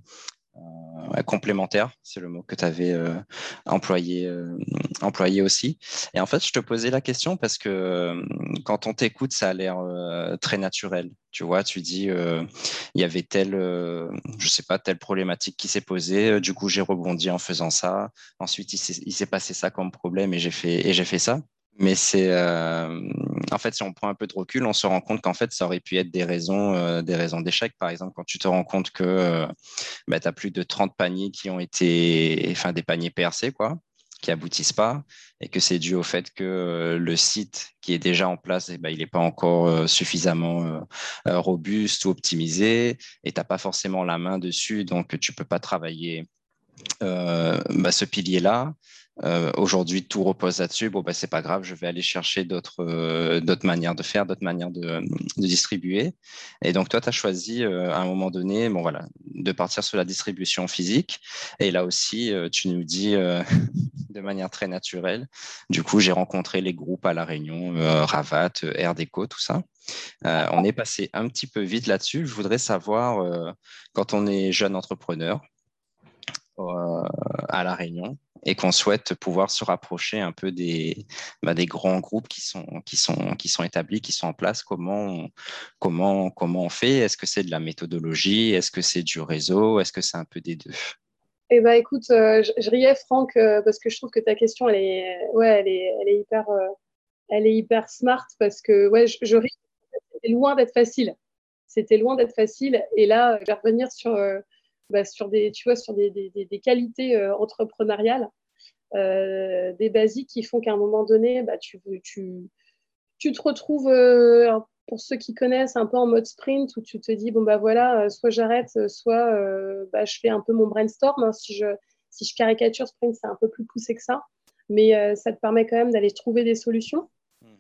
euh, complémentaires, c'est le mot que tu avais euh, employé, euh, employé aussi. Et en fait, je te posais la question parce que euh, quand on t'écoute, ça a l'air euh, très naturel. Tu vois, tu dis, euh, il y avait telle, euh, je sais pas, telle problématique qui s'est posée. Du coup, j'ai rebondi en faisant ça. Ensuite, il s'est, il s'est passé ça comme problème et j'ai fait, et j'ai fait ça. Mais c'est, euh, en fait, si on prend un peu de recul, on se rend compte qu'en fait, ça aurait pu être des raisons, euh, des raisons d'échec. Par exemple, quand tu te rends compte que euh, bah, tu as plus de trente paniers qui ont été, enfin, des paniers percés, quoi, qui aboutissent pas, et que c'est dû au fait que euh, le site qui est déjà en place, eh ben, il n'est pas encore euh, suffisamment euh, euh, robuste ou optimisé, et tu n'as pas forcément la main dessus, donc tu peux pas travailler euh, bah, ce pilier-là. Euh, aujourd'hui, tout repose là-dessus. Bon, ben, c'est pas grave, je vais aller chercher d'autres euh, d'autres manières de faire, d'autres manières de, de distribuer. Et donc, toi, tu as choisi euh, à un moment donné, bon, voilà, de partir sur la distribution physique. Et là aussi, euh, tu nous dis euh, de manière très naturelle. Du coup, j'ai rencontré les groupes à La Réunion, euh, Ravat, euh, Air Déco, tout ça. Euh, on est passé un petit peu vite là-dessus. Je voudrais savoir, euh, quand on est jeune entrepreneur, euh, à La Réunion et qu'on souhaite pouvoir se rapprocher un peu des, bah, des grands groupes qui sont, qui, sont, qui sont établis, qui sont en place, comment on, comment, comment on fait? Est-ce que c'est de la méthodologie? Est-ce que c'est du réseau? Est-ce que c'est un peu des deux? Eh ben, écoute, euh, je, je riais, Franck, euh, parce que je trouve que ta question, elle est, ouais, elle est, elle est hyper, euh, elle est hyper smart parce que, ouais, je, je ris. C'était loin d'être facile. C'était loin d'être facile. Et là, je vais revenir sur, euh, bah, sur des, tu vois, sur des, des, des qualités euh, entrepreneuriales, euh, des basiques qui font qu'à un moment donné, bah, tu, tu, tu te retrouves, euh, pour ceux qui connaissent, un peu en mode sprint où tu te dis, bon, bah voilà, euh, soit j'arrête, soit euh, bah, je fais un peu mon brainstorm. Hein, si, je, si je caricature sprint, c'est un peu plus poussé que ça. Mais euh, ça te permet quand même d'aller trouver des solutions.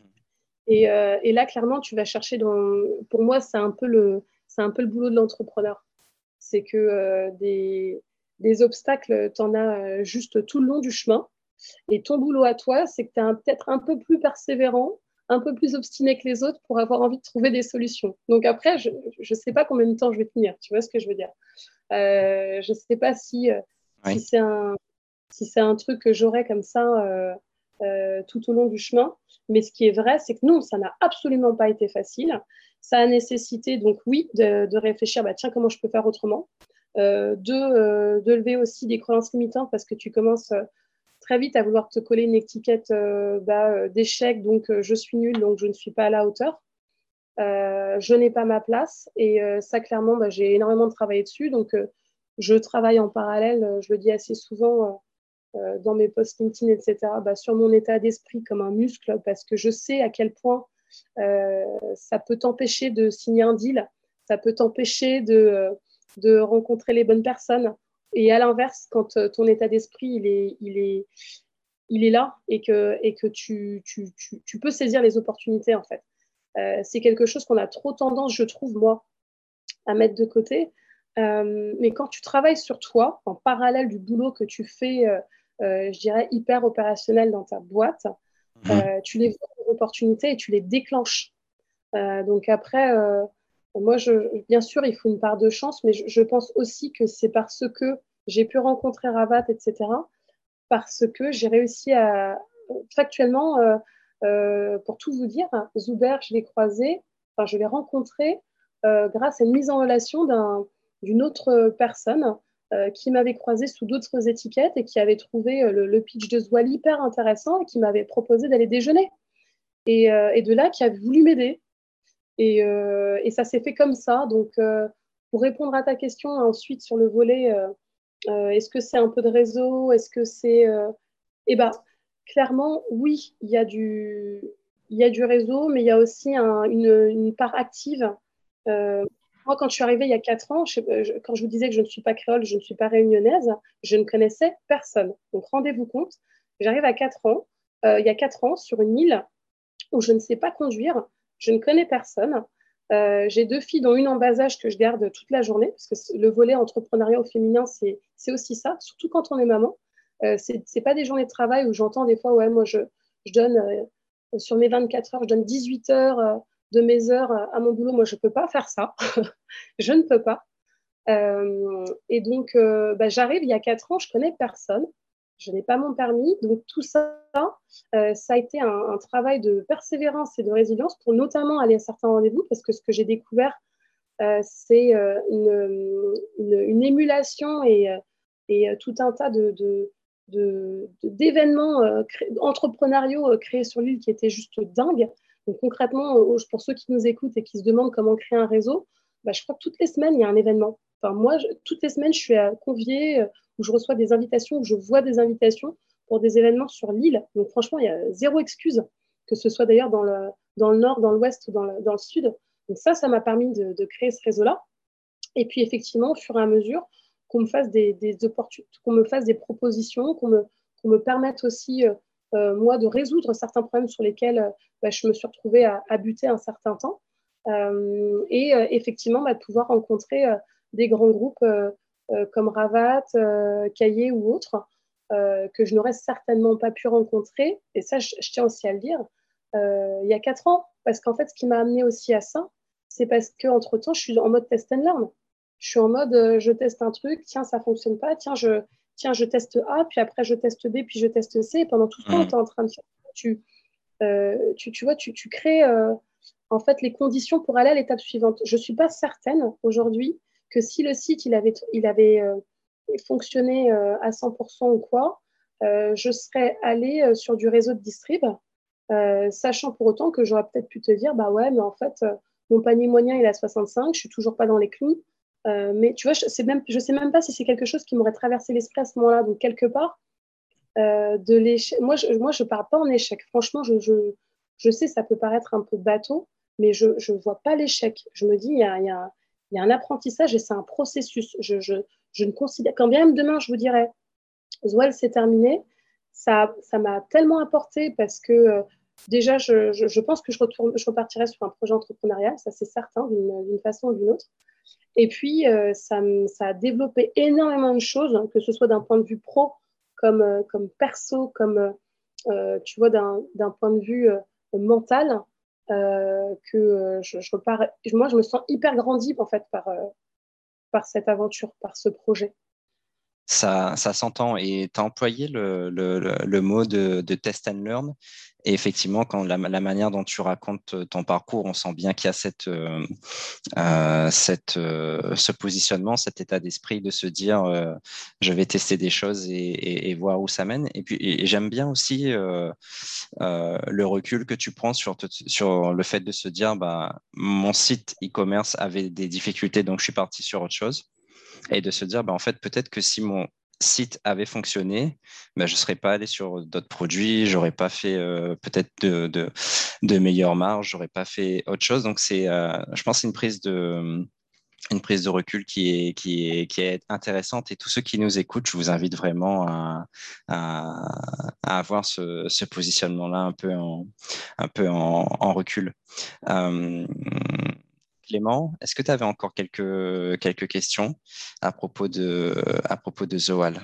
Et, euh, et là, clairement, tu vas chercher dans... Pour moi, c'est un peu le, c'est un peu le boulot de l'entrepreneur. C'est que euh, des, des obstacles, tu en as euh, juste tout le long du chemin. Et ton boulot à toi, c'est que tu es peut-être un peu plus persévérant, un peu plus obstiné que les autres pour avoir envie de trouver des solutions. Donc après, je ne sais pas combien de temps je vais tenir. Tu vois ce que je veux dire? euh, Je ne sais pas si, euh, si Oui. c'est un, si c'est un truc que j'aurai comme ça euh, euh, tout au long du chemin. Mais ce qui est vrai, c'est que non, ça n'a absolument pas été facile. Ça a nécessité, donc oui, de, de réfléchir, bah, tiens, comment je peux faire autrement, euh, de, euh, de lever aussi des croyances limitantes parce que tu commences euh, très vite à vouloir te coller une étiquette euh, bah, d'échec, donc euh, je suis nulle, donc je ne suis pas à la hauteur. Euh, je n'ai pas ma place et euh, ça, clairement, bah, j'ai énormément travaillé dessus. Donc, euh, je travaille en parallèle, euh, je le dis assez souvent euh, dans mes posts LinkedIn, et cetera, bah, sur mon état d'esprit comme un muscle parce que je sais à quel point euh, ça peut t'empêcher de signer un deal, ça peut t'empêcher de, de rencontrer les bonnes personnes. Et à l'inverse, quand ton état d'esprit il est, il est, il est là et que, et que tu, tu, tu, tu peux saisir les opportunités, en fait. Euh, c'est quelque chose qu'on a trop tendance, je trouve, moi, à mettre de côté. Euh, mais quand tu travailles sur toi, en parallèle du boulot que tu fais, euh, euh, je dirais, hyper opérationnel dans ta boîte, Mhm. euh, tu les vois les opportunités et tu les déclenches. Euh, donc après, euh, moi, je, bien sûr, il faut une part de chance, mais je, je pense aussi que c'est parce que j'ai pu rencontrer Ravat, et cetera, parce que j'ai réussi à, factuellement, euh, euh, pour tout vous dire, Zuber, je l'ai croisé, enfin, je l'ai rencontré euh, grâce à une mise en relation d'un, d'une autre personne euh, qui m'avait croisé sous d'autres étiquettes et qui avait trouvé euh, le, le pitch de Zoual hyper intéressant et qui m'avait proposé d'aller déjeuner. Et, euh, et de là, qui a voulu m'aider. Et, euh, et ça s'est fait comme ça. Donc, euh, pour répondre à ta question ensuite sur le volet, euh, euh, est-ce que c'est un peu de réseau? Est-ce que c'est... Euh... Eh bien, clairement, oui, il y a du, il y a du réseau, mais il y a aussi un, une, une part active. Euh, moi, quand je suis arrivée il y a quatre ans, je, je, quand je vous disais que je ne suis pas créole, je ne suis pas réunionnaise, je ne connaissais personne. Donc, rendez-vous compte, j'arrive à quatre ans, euh, il y a quatre ans, sur une île où je ne sais pas conduire, je ne connais personne. Euh, j'ai deux filles, dont une en bas âge que je garde toute la journée, parce que le volet entrepreneuriat au féminin, c'est, c'est aussi ça, surtout quand on est maman. Euh, c'est, c'est pas des journées de travail où j'entends des fois, ouais, moi, je, je donne, euh, sur mes vingt-quatre heures, je donne dix-huit heures euh, de mes heures euh, à mon boulot. Moi, je peux pas faire ça. Je ne peux pas. Euh, et donc, euh, bah, j'arrive il y a quatre ans, je connais personne. Je n'ai pas mon permis. Donc, tout ça, euh, ça a été un, un travail de persévérance et de résilience pour notamment aller à certains rendez-vous parce que ce que j'ai découvert, euh, c'est euh, une, une, une émulation et, euh, et euh, tout un tas de, de, de, de, d'événements euh, cré- entrepreneuriaux euh, créés sur l'île qui étaient juste dingues. Donc, concrètement, euh, pour ceux qui nous écoutent et qui se demandent comment créer un réseau, bah, je crois que toutes les semaines, il y a un événement. Enfin, moi, je, toutes les semaines, je suis euh, conviée, euh, où je reçois des invitations, où je vois des invitations pour des événements sur l'île. Donc, franchement, il y a zéro excuse, que ce soit d'ailleurs dans le, dans le nord, dans l'ouest ou dans le, dans le sud. Donc, ça, ça m'a permis de, de créer ce réseau-là. Et puis, effectivement, au fur et à mesure, qu'on me fasse des, des opportunités, qu'on me fasse des propositions, qu'on me, pour me permettre aussi, euh, euh, moi, de résoudre certains problèmes sur lesquels euh, bah, je me suis retrouvée à, à buter un certain temps. Euh, et euh, effectivement, bah, de pouvoir rencontrer euh, des grands groupes euh, euh, comme Ravat, euh, Cahiers ou autres, euh, que je n'aurais certainement pas pu rencontrer. Et ça, je, je tiens aussi à le dire, euh, il y a quatre ans. Parce qu'en fait, ce qui m'a amené aussi à ça, c'est parce qu'entre-temps, je suis en mode test and learn. Je suis en mode, euh, je teste un truc, tiens, ça ne fonctionne pas, tiens je, tiens, je teste A, puis après, je teste B, puis je teste C. Et pendant tout ce temps, Mmh. tu es en train de faire... Tu, euh, tu, tu vois, tu, tu crées euh, en fait les conditions pour aller à l'étape suivante. Je ne suis pas certaine aujourd'hui que si le site il avait, il avait euh, fonctionné euh, à cent pour cent ou quoi, euh, je serais allée euh, sur du réseau de distrib, euh, sachant pour autant que j'aurais peut-être pu te dire, bah ouais, mais en fait, euh, mon panier moyen il est à soixante-cinq, je suis toujours pas dans les clous. Euh, mais tu vois, je sais même, je sais même pas si c'est quelque chose qui m'aurait traversé l'esprit à ce moment-là. Donc quelque part, euh, de l'échec. Moi, je, moi, je pars pas en échec. Franchement, je, je, je sais, ça peut paraître un peu bateau, mais je ne vois pas l'échec. Je me dis, il y a, y a, y a un apprentissage et c'est un processus. Je, je, je ne considère, quand bien même demain, je vous dirais, Zoual, c'est terminé. Ça, ça m'a tellement apporté parce que euh, déjà, je, je, je pense que je, retourne, je repartirai sur un projet entrepreneurial, ça c'est certain, d'une, d'une façon ou d'une autre. Et puis, euh, ça, ça a développé énormément de choses, que ce soit d'un point de vue pro, comme, euh, comme perso, comme, euh, tu vois, d'un, d'un point de vue euh, mental, euh, que euh, je, je repars, moi, je me sens hyper grandie, en fait, par, euh, par cette aventure, par ce projet. Ça, ça s'entend. Et tu as employé le, le, le, le mot de, de test and learn. Et effectivement, quand la, la manière dont tu racontes ton parcours, on sent bien qu'il y a cette, euh, euh, cette, euh, ce positionnement, cet état d'esprit de se dire euh, je vais tester des choses et, et, et voir où ça mène. Et puis, et, et j'aime bien aussi euh, euh, le recul que tu prends sur, te, sur le fait de se dire bah, mon site e-commerce avait des difficultés, donc je suis parti sur autre chose. Et de se dire, bah, en fait, peut-être que si mon site avait fonctionné, bah, je ne serais pas allé sur d'autres produits, je n'aurais pas fait euh, peut-être de, de, de meilleures marges, je n'aurais pas fait autre chose. Donc, c'est, euh, je pense que c'est une prise de, une prise de recul qui est, qui, est, qui est intéressante. Et tous ceux qui nous écoutent, je vous invite vraiment à, à, à avoir ce, ce positionnement-là un peu en, un peu en, en recul. Euh, Clément, est-ce que tu avais encore quelques, quelques questions à propos de, à propos de Zoal?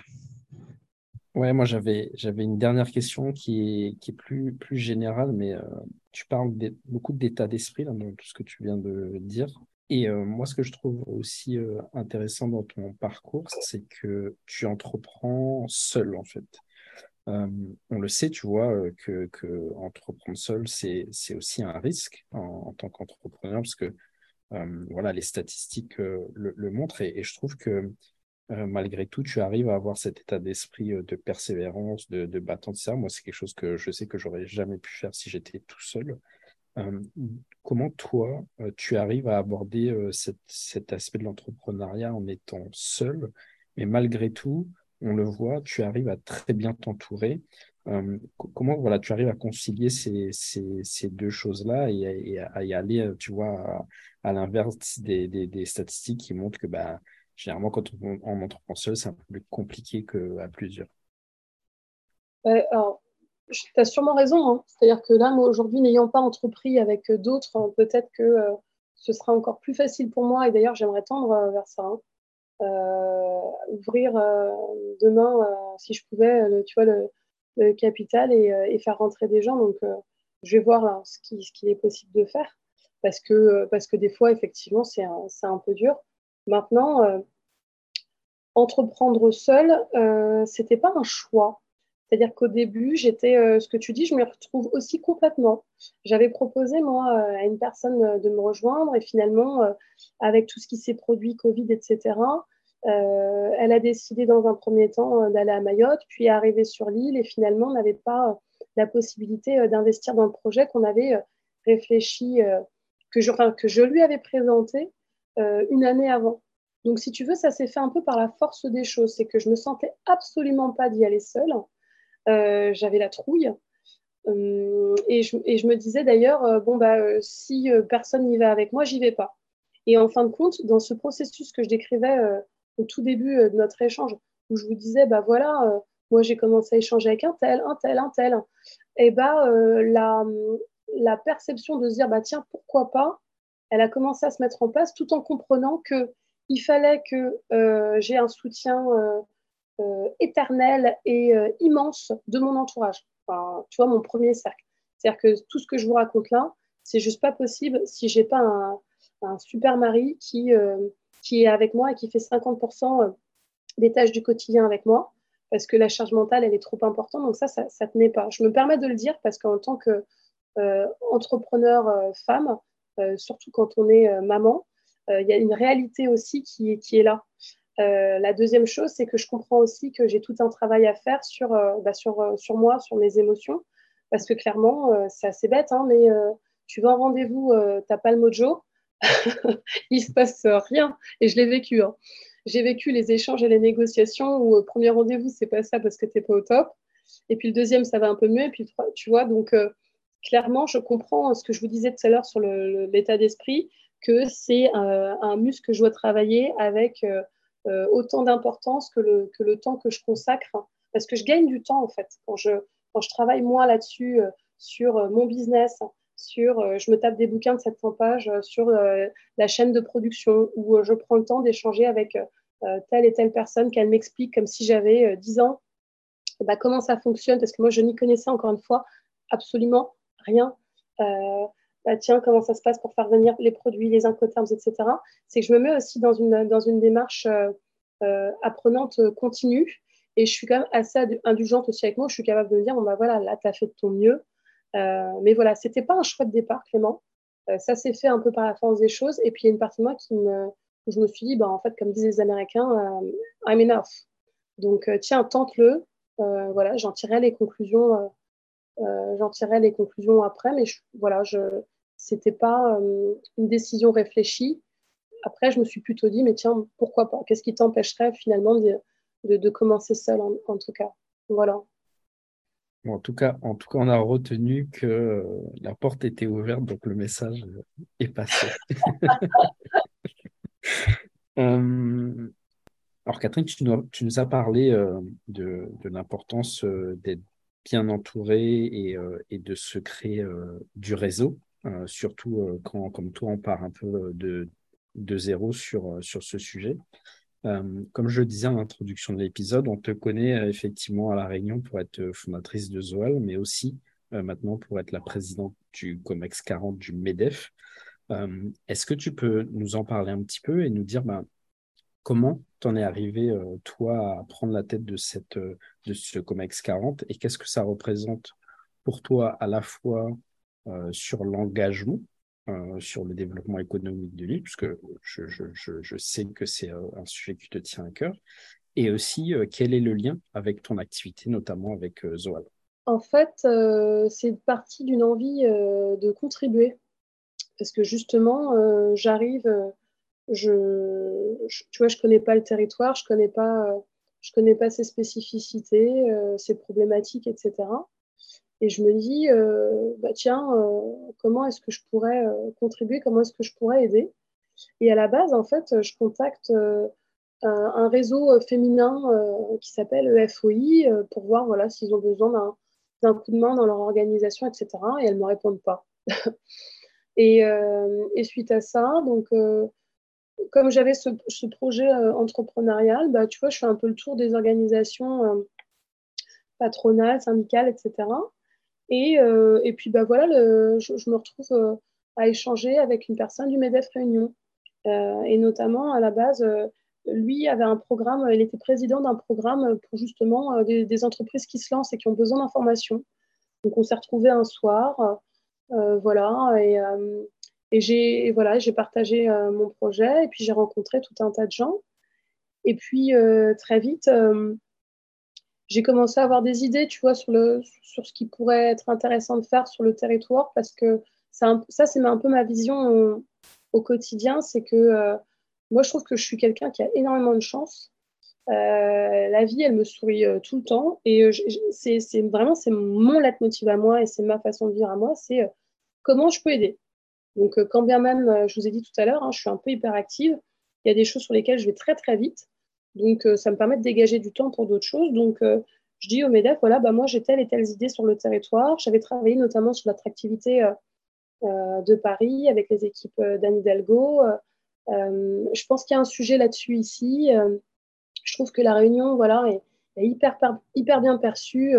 Ouais, moi j'avais j'avais une dernière question qui est, qui est plus, plus générale, mais euh, tu parles de, beaucoup d'état d'esprit là, dans tout ce que tu viens de dire. Et euh, moi, ce que je trouve aussi euh, intéressant dans ton parcours, c'est que tu entreprends seul en fait. Euh, on le sait, tu vois, euh, que, que entreprendre seul, c'est, c'est aussi un risque en, en tant qu'entrepreneur, parce que euh, voilà, les statistiques euh, le, le montrent, et, et je trouve que euh, malgré tout, tu arrives à avoir cet état d'esprit euh, de persévérance, de, de battant de ça. Moi, c'est quelque chose que je sais que j'aurais jamais pu faire si j'étais tout seul. Euh, Comment toi, euh, tu arrives à aborder euh, cette- cet aspect de l'entrepreneuriat en étant seul, mais malgré tout, on le voit, tu arrives à très bien t'entourer. Euh, co- comment voilà, tu arrives à concilier ces, ces, ces deux choses-là et, à et à- à y aller, euh, tu vois, à, à l'inverse des, des, des statistiques qui montrent que bah, généralement, quand on, on entreprend seul, c'est un peu plus compliqué qu'à plusieurs. Ouais, alors, tu as sûrement raison, hein. C'est-à-dire que là, moi, aujourd'hui, n'ayant pas entrepris avec euh, d'autres, hein, peut-être que euh, ce sera encore plus facile pour moi. Et d'ailleurs, j'aimerais tendre euh, vers ça, hein. Euh, ouvrir euh, demain, euh, si je pouvais, le, tu vois, le, le capital et, euh, et faire rentrer des gens. Donc, euh, je vais voir là, ce qui, ce qu'il est possible de faire. Parce que, euh, parce que des fois, effectivement, c'est un, c'est un peu dur. Maintenant, euh, entreprendre seul, euh, c'était pas un choix. C'est-à-dire qu'au début, j'étais, euh, ce que tu dis, je me retrouve aussi complètement. J'avais proposé, moi, euh, à une personne euh, de me rejoindre et finalement, euh, avec tout ce qui s'est produit, Covid, et cetera, euh, elle a décidé dans un premier temps euh, d'aller à Mayotte, puis arriver sur l'île et finalement n'avait pas euh, la possibilité euh, d'investir dans le projet qu'on avait euh, réfléchi, euh, que, je, enfin, que je lui avais présenté euh, une année avant. Donc, si tu veux, ça s'est fait un peu par la force des choses. C'est que je me sentais absolument pas d'y aller seule. Euh, j'avais la trouille. Euh, et, je, et, je, me disais d'ailleurs, euh, bon, bah, euh, si euh, personne n'y va avec moi, j'y vais pas. Et en fin de compte, dans ce processus que je décrivais euh, au tout début euh, de notre échange, où je vous disais, bah voilà, euh, moi j'ai commencé à échanger avec un tel, un tel, un tel, et bah, euh, la, la perception de se dire, bah, tiens, pourquoi pas, elle a commencé à se mettre en place tout en comprenant qu'il fallait que euh, j'ai un soutien euh, euh, éternel et euh, immense de mon entourage. Enfin, tu vois, mon premier cercle. C'est-à-dire que tout ce que je vous raconte là, c'est juste pas possible si j'ai pas un, un super mari qui, euh, qui est avec moi et qui fait cinquante pour cent des tâches du quotidien avec moi, parce que la charge mentale, elle est trop importante. Donc ça, ça, ça tenait pas. Je me permets de le dire parce qu'en tant que euh, entrepreneur euh, femme, euh, surtout quand on est euh, maman, il euh, y a une réalité aussi qui, qui est là. Euh, la deuxième chose, c'est que je comprends aussi que j'ai tout un travail à faire sur, euh, bah, sur, euh, sur moi, sur mes émotions, parce que clairement, euh, c'est assez bête, hein, mais euh, tu vas en rendez-vous, euh, t'as pas le mojo, il se passe rien, et je l'ai vécu. Hein. J'ai vécu les échanges et les négociations où euh, premier rendez-vous, c'est pas ça parce que t'es pas au top, et puis le deuxième, ça va un peu mieux, et puis tu vois, donc euh, clairement, je comprends ce que je vous disais tout à l'heure sur le, le, l'état d'esprit, que c'est euh, un muscle que je dois travailler avec euh, euh, autant d'importance que le, que le temps que je consacre, parce que je gagne du temps en fait. Quand je, quand je travaille moi là-dessus, euh, sur euh, mon business, sur, euh, je me tape des bouquins de sept cents pages euh, sur euh, la chaîne de production, où euh, je prends le temps d'échanger avec euh, telle et telle personne, qu'elle m'explique comme si j'avais euh, dix ans, bah, comment ça fonctionne, parce que moi je n'y connaissais encore une fois absolument rien. Euh, bah, tiens, comment ça se passe pour faire venir les produits, les incoterms, et cetera. C'est que je me mets aussi dans une, dans une démarche euh, euh, apprenante continue, et je suis quand même assez indulgente aussi avec moi. Je suis capable de me dire, bon, bah voilà, là, tu as fait de ton mieux. Euh, mais voilà, c'était pas un choix de départ, Clément. Euh, ça s'est fait un peu par la force des choses. Et puis, il y a une partie de moi qui me, où je me suis dit, bah, en fait, comme disent les Américains, euh, I'm enough. Donc, euh, tiens, tente-le. Euh, voilà, j'en tirerai les conclusions. Euh, euh, j'en tirerai les conclusions après, mais je, voilà, je, c'était pas euh, une décision réfléchie. Après, je me suis plutôt dit, mais tiens, pourquoi pas? Qu'est-ce qui t'empêcherait finalement de, de, de commencer seul en, en tout cas? Voilà. Bon, en tout cas, en tout cas, on a retenu que euh, la porte était ouverte, donc le message euh, est passé. Euh, alors, Catherine, tu nous, tu nous as parlé euh, de, de l'importance euh, d'être bien entouré et, euh, et de se créer euh, du réseau, euh, surtout euh, quand, comme toi, on part un peu de, de zéro sur, euh, sur ce sujet. Euh, comme je le disais en introduction de l'épisode, on te connaît euh, effectivement à La Réunion pour être euh, fondatrice de Zoal, mais aussi euh, maintenant pour être la présidente du COMEX quarante du MEDEF. Euh, est-ce que tu peux nous en parler un petit peu et nous dire ben, comment t'en es arrivé, euh, toi, à prendre la tête de, cette, euh, de ce COMEX quarante et qu'est-ce que ça représente pour toi à la fois euh, sur l'engagement, euh, sur le développement économique de l'île, puisque je, je, je, je sais que c'est euh, un sujet qui te tient à cœur, et aussi euh, quel est le lien avec ton activité, notamment avec euh, Zoal. En fait, euh, c'est parti d'une envie euh, de contribuer. Parce que justement, euh, j'arrive, euh, je, je, tu vois, je connais pas le territoire, je connais pas, euh, je connais pas ses spécificités, euh, ses problématiques, et cetera. Et je me dis, euh, bah tiens, euh, comment est-ce que je pourrais euh, contribuer, comment est-ce que je pourrais aider? Et à la base, en fait, je contacte euh, un, un réseau féminin euh, qui s'appelle E F O I euh, pour voir voilà, s'ils ont besoin d'un, d'un coup de main dans leur organisation, et cetera. Et elles ne me répondent pas. Et, euh, et, suite à ça, donc, euh, comme j'avais ce, ce projet euh, entrepreneurial, bah, tu vois, je fais un peu le tour des organisations euh, patronales, syndicales, et cetera. Et, euh, et puis, bah, voilà, le, je, je, me retrouve euh, à échanger avec une personne du MEDEF Réunion. Euh, et notamment, à la base, euh, lui avait un programme, il était président d'un programme pour justement euh, des, des entreprises qui se lancent et qui ont besoin d'informations. Donc, on s'est retrouvés un soir. Euh, voilà, et, euh, et j'ai voilà, j'ai partagé euh, mon projet et puis j'ai rencontré tout un tas de gens. Et puis euh, très vite, euh, j'ai commencé à avoir des idées, tu vois, sur, le, sur ce qui pourrait être intéressant de faire sur le territoire parce que ça, un, ça c'est un peu ma vision au, au quotidien. C'est que euh, moi, je trouve que je suis quelqu'un qui a énormément de chance. Euh, la vie, elle me sourit euh, tout le temps et euh, c'est, c'est vraiment c'est mon leitmotiv à moi et c'est ma façon de vivre à moi. C'est euh, comment je peux aider. Donc, euh, quand bien même, euh, je vous ai dit tout à l'heure, hein, je suis un peu hyperactive, il y a des choses sur lesquelles je vais très très vite. Donc, euh, ça me permet de dégager du temps pour d'autres choses. Donc, euh, je dis au MEDEF, voilà, bah, moi, j'ai telle et telles idées sur le territoire. J'avais travaillé notamment sur l'attractivité euh, euh, de Paris avec les équipes euh, d'Anne Hidalgo. Euh, je pense qu'il y a un sujet là-dessus ici. Euh, je trouve que la Réunion, voilà, est, est hyper, hyper bien perçue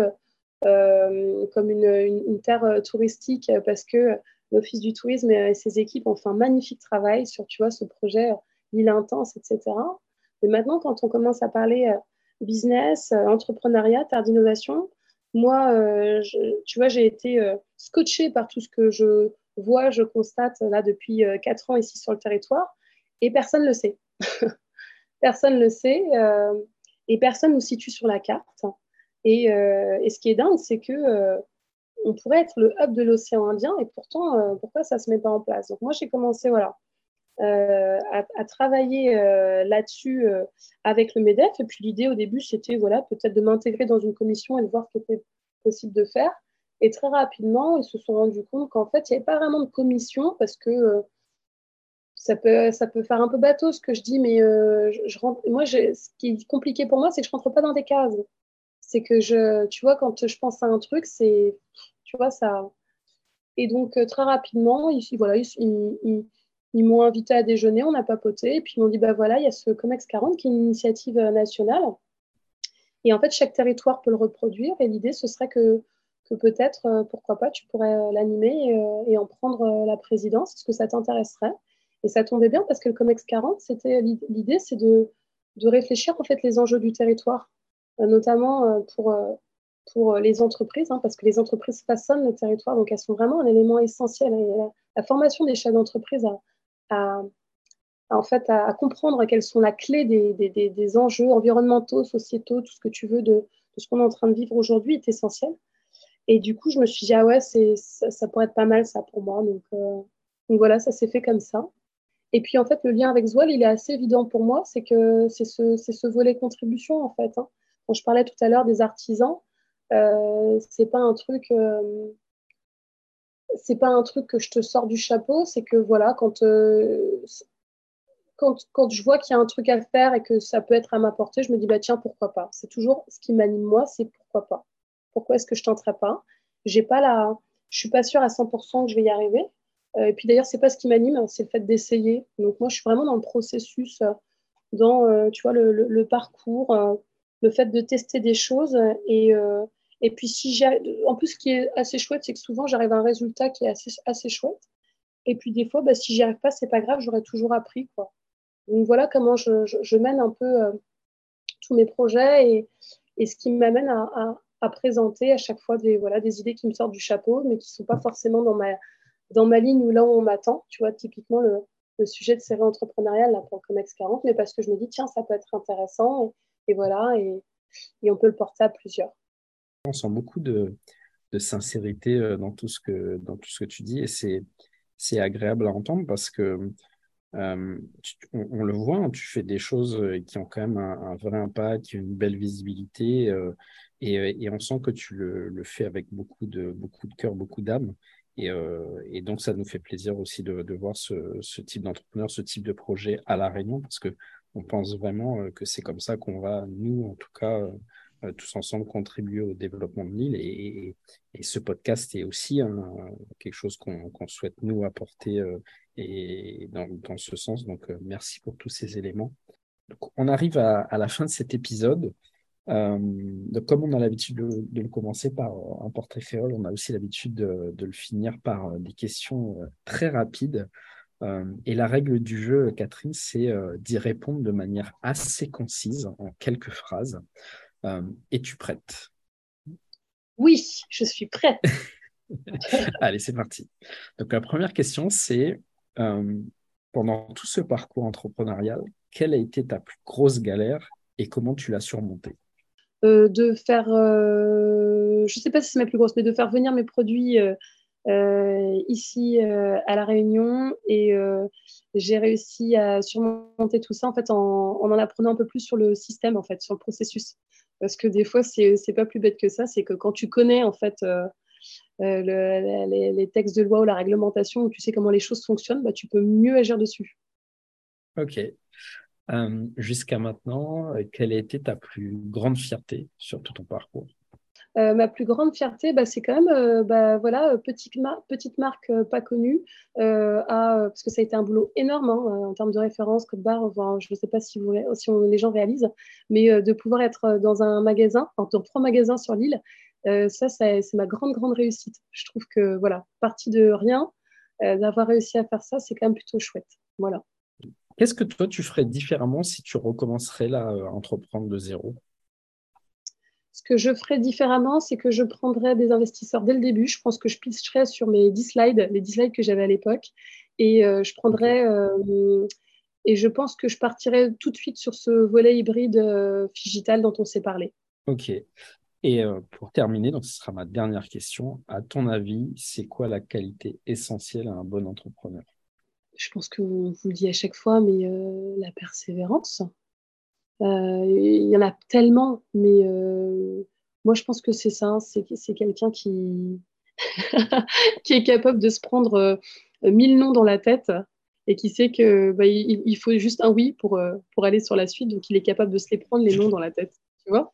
euh, comme une, une, une terre touristique parce que l'Office du tourisme et ses équipes ont fait un magnifique travail sur, tu vois, ce projet euh, l'île intense, et cetera. Mais maintenant, quand on commence à parler euh, business, euh, entrepreneuriat, terre d'innovation, moi, euh, je, tu vois, j'ai été euh, scotchée par tout ce que je vois, je constate là depuis euh, quatre ans ici sur le territoire, et personne ne le sait. Personne ne le sait euh, et personne ne nous situe sur la carte. Et, euh, et ce qui est dingue, c'est que euh, on pourrait être le hub de l'océan Indien et pourtant, euh, pourquoi ça ne se met pas en place? Donc moi, j'ai commencé voilà, euh, à, à travailler euh, là-dessus euh, avec le MEDEF. Et puis l'idée au début, c'était voilà, peut-être de m'intégrer dans une commission et de voir ce qui était possible de faire. Et très rapidement, ils se sont rendus compte qu'en fait, il n'y avait pas vraiment de commission parce que euh, ça peut, ça peut faire un peu bateau ce que je dis, mais euh, je, je rentre, moi, je, ce qui est compliqué pour moi, c'est que je rentre pas dans des cases. C'est que je, tu vois, quand je pense à un truc, c'est, tu vois, ça. Et donc, euh, très rapidement, ils, voilà, ils, ils, ils, ils m'ont invité à déjeuner, on a papoté, et puis ils m'ont dit, bah voilà, il y a ce COMEX quarante qui est une initiative euh, nationale. Et en fait, chaque territoire peut le reproduire, et l'idée, ce serait que, que peut-être, euh, pourquoi pas, tu pourrais euh, l'animer et, euh, et en prendre euh, la présidence. Est-ce que ça t'intéresserait? Et ça tombait bien parce que le COMEX quarante, c'était, l'idée, c'est de, de réfléchir en fait les enjeux du territoire, euh, notamment euh, pour, euh, pour les entreprises, hein, parce que les entreprises façonnent le territoire, donc elles sont vraiment un élément essentiel. Et la, la formation des chefs d'entreprise à, à, à, en fait, à, à comprendre quelles sont la clé des, des, des, des enjeux environnementaux, sociétaux, tout ce que tu veux de, de ce qu'on est en train de vivre aujourd'hui est essentiel. Et du coup, je me suis dit, ah ouais, c'est, ça, ça pourrait être pas mal ça pour moi. Donc, euh, donc voilà, ça s'est fait comme ça. Et puis en fait, le lien avec Zwolle, il est assez évident pour moi, c'est que c'est ce, c'est ce volet contribution en fait. Hein. Quand je parlais tout à l'heure des artisans, euh, c'est pas un truc, euh, c'est pas un truc que je te sors du chapeau, c'est que voilà, quand, euh, quand, quand je vois qu'il y a un truc à faire et que ça peut être à ma portée, je me dis bah tiens, pourquoi pas. C'est toujours ce qui m'anime moi, c'est pourquoi pas. Pourquoi est-ce que je tenterais pas? J'ai pas la, je suis pas sûre à cent pour cent que je vais y arriver. Euh, et puis d'ailleurs, c'est pas ce qui m'anime, c'est le fait d'essayer. Donc moi, je suis vraiment dans le processus, euh, dans euh, tu vois le, le, le parcours, euh, le fait de tester des choses et euh, et puis si j'ai, en plus, ce qui est assez chouette, c'est que souvent j'arrive à un résultat qui est assez assez chouette. Et puis des fois, bah, si j'y arrive pas, c'est pas grave, j'aurais toujours appris quoi. Donc voilà comment je, je, je mène un peu euh, tous mes projets et, et ce qui m'amène à, à, à présenter à chaque fois des, voilà, des idées qui me sortent du chapeau, mais qui ne sont pas forcément dans ma, dans ma ligne ou là où on m'attend. Tu vois, typiquement le, le sujet de série entrepreneuriale là, pour le COMEX quarante, mais parce que je me dis, tiens, ça peut être intéressant et, et voilà, et, et on peut le porter à plusieurs. On sent beaucoup de, de sincérité dans tout ce que, dans tout ce que tu dis et c'est, c'est agréable à entendre parce que Euh, tu- on, on le voit, hein, tu fais des choses euh, qui ont quand même un, un vrai impact, une belle visibilité, euh, et, euh, et on sent que tu le, le fais avec beaucoup de, beaucoup de cœur, beaucoup d'âme. Et, euh, et donc, ça nous fait plaisir aussi de, de voir ce, ce type d'entrepreneur, ce type de projet à La Réunion, parce que on pense vraiment euh, que c'est comme ça qu'on va, nous, en tout cas, euh, euh, tous ensemble, contribuer au développement de l'île. Et, et, et ce podcast est aussi un, quelque chose qu'on qu'on souhaite, nous, apporter. Euh, et dans, dans ce sens. Donc, euh, merci pour tous ces éléments. Donc, on arrive à, à la fin de cet épisode. Euh, donc, comme on a l'habitude de, de le commencer par un portrait créole, on a aussi l'habitude de, de le finir par euh, des questions euh, très rapides. Euh, et la règle du jeu, Catherine, c'est euh, d'y répondre de manière assez concise, en quelques phrases. Euh, Es-tu prête? Oui, je suis prête. Allez, c'est parti. Donc, la première question, c'est euh, pendant tout ce parcours entrepreneurial, quelle a été ta plus grosse galère et comment tu l'as surmontée? Euh, de faire, euh, je ne sais pas si c'est ma plus grosse, mais de faire venir mes produits euh, euh, ici euh, à La Réunion. Et euh, j'ai réussi à surmonter tout ça en fait en, en en apprenant un peu plus sur le système, en fait, sur le processus. Parce que des fois, c'est c'est pas plus bête que ça. C'est que quand tu connais en fait euh, euh, le- les, les textes de loi ou la réglementation, où tu sais comment les choses fonctionnent, bah, tu peux mieux agir dessus. Ok. Euh, jusqu'à maintenant, euh, quelle a été ta plus grande fierté sur tout ton parcours? Euh, ma plus grande fierté, bah, c'est quand même euh, bah, voilà, petite, mar- petite marque euh, pas connue, euh, à, parce que ça a été un boulot énorme hein, en termes de référence, code barre, enfin, je ne sais pas si, vous, si on- les gens réalisent, mais euh, de pouvoir être dans un magasin, enfin, dans trois magasins sur l'île, euh, ça, ça, c'est ma grande, grande réussite. Je trouve que, voilà, partie de rien, euh, d'avoir réussi à faire ça, c'est quand même plutôt chouette. Voilà. Qu'est-ce que toi, tu ferais différemment si tu recommencerais là, à entreprendre de zéro? Ce que je ferais différemment, c'est que je prendrais des investisseurs dès le début. Je pense que je pitcherais sur mes dix slides, les dix slides que j'avais à l'époque. Et euh, je prendrais, euh, et je pense que je partirais tout de suite sur ce volet hybride euh, digital dont on s'est parlé. Ok. Et euh, pour terminer, donc ce sera ma dernière question. À ton avis, c'est quoi la qualité essentielle à un bon entrepreneur? Je pense que vous, vous le dites à chaque fois, mais euh, la persévérance. Euh, Il y en a tellement, mais euh, moi je pense que c'est ça. C'est, c'est quelqu'un qui, qui est capable de se prendre euh, mille noms dans la tête et qui sait que bah, il, il faut juste un oui pour, euh, pour aller sur la suite. Donc, il est capable de se les prendre, les noms dans la tête. Tu vois?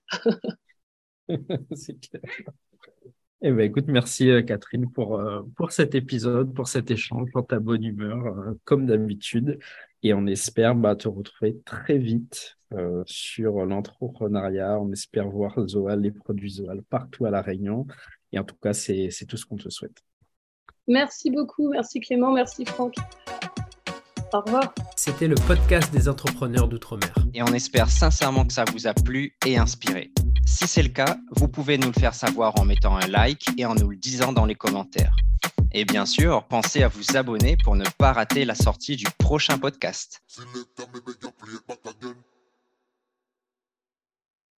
C'est clair. Eh ben, écoute, merci euh, Catherine pour, euh, pour cet épisode, pour cet échange, pour ta bonne humeur, euh, comme d'habitude. Et on espère bah, te retrouver très vite euh, sur l'entrepreneuriat. On espère voir Zoal, les produits Zoal partout à La Réunion. Et en tout cas, c'est, c'est tout ce qu'on te souhaite. Merci beaucoup. Merci Clément. Merci Franck. Au revoir. C'était le podcast des entrepreneurs d'outre-mer. Et on espère sincèrement que ça vous a plu et inspiré. Si c'est le cas, vous pouvez nous le faire savoir en mettant un like et en nous le disant dans les commentaires. Et bien sûr, pensez à vous abonner pour ne pas rater la sortie du prochain podcast.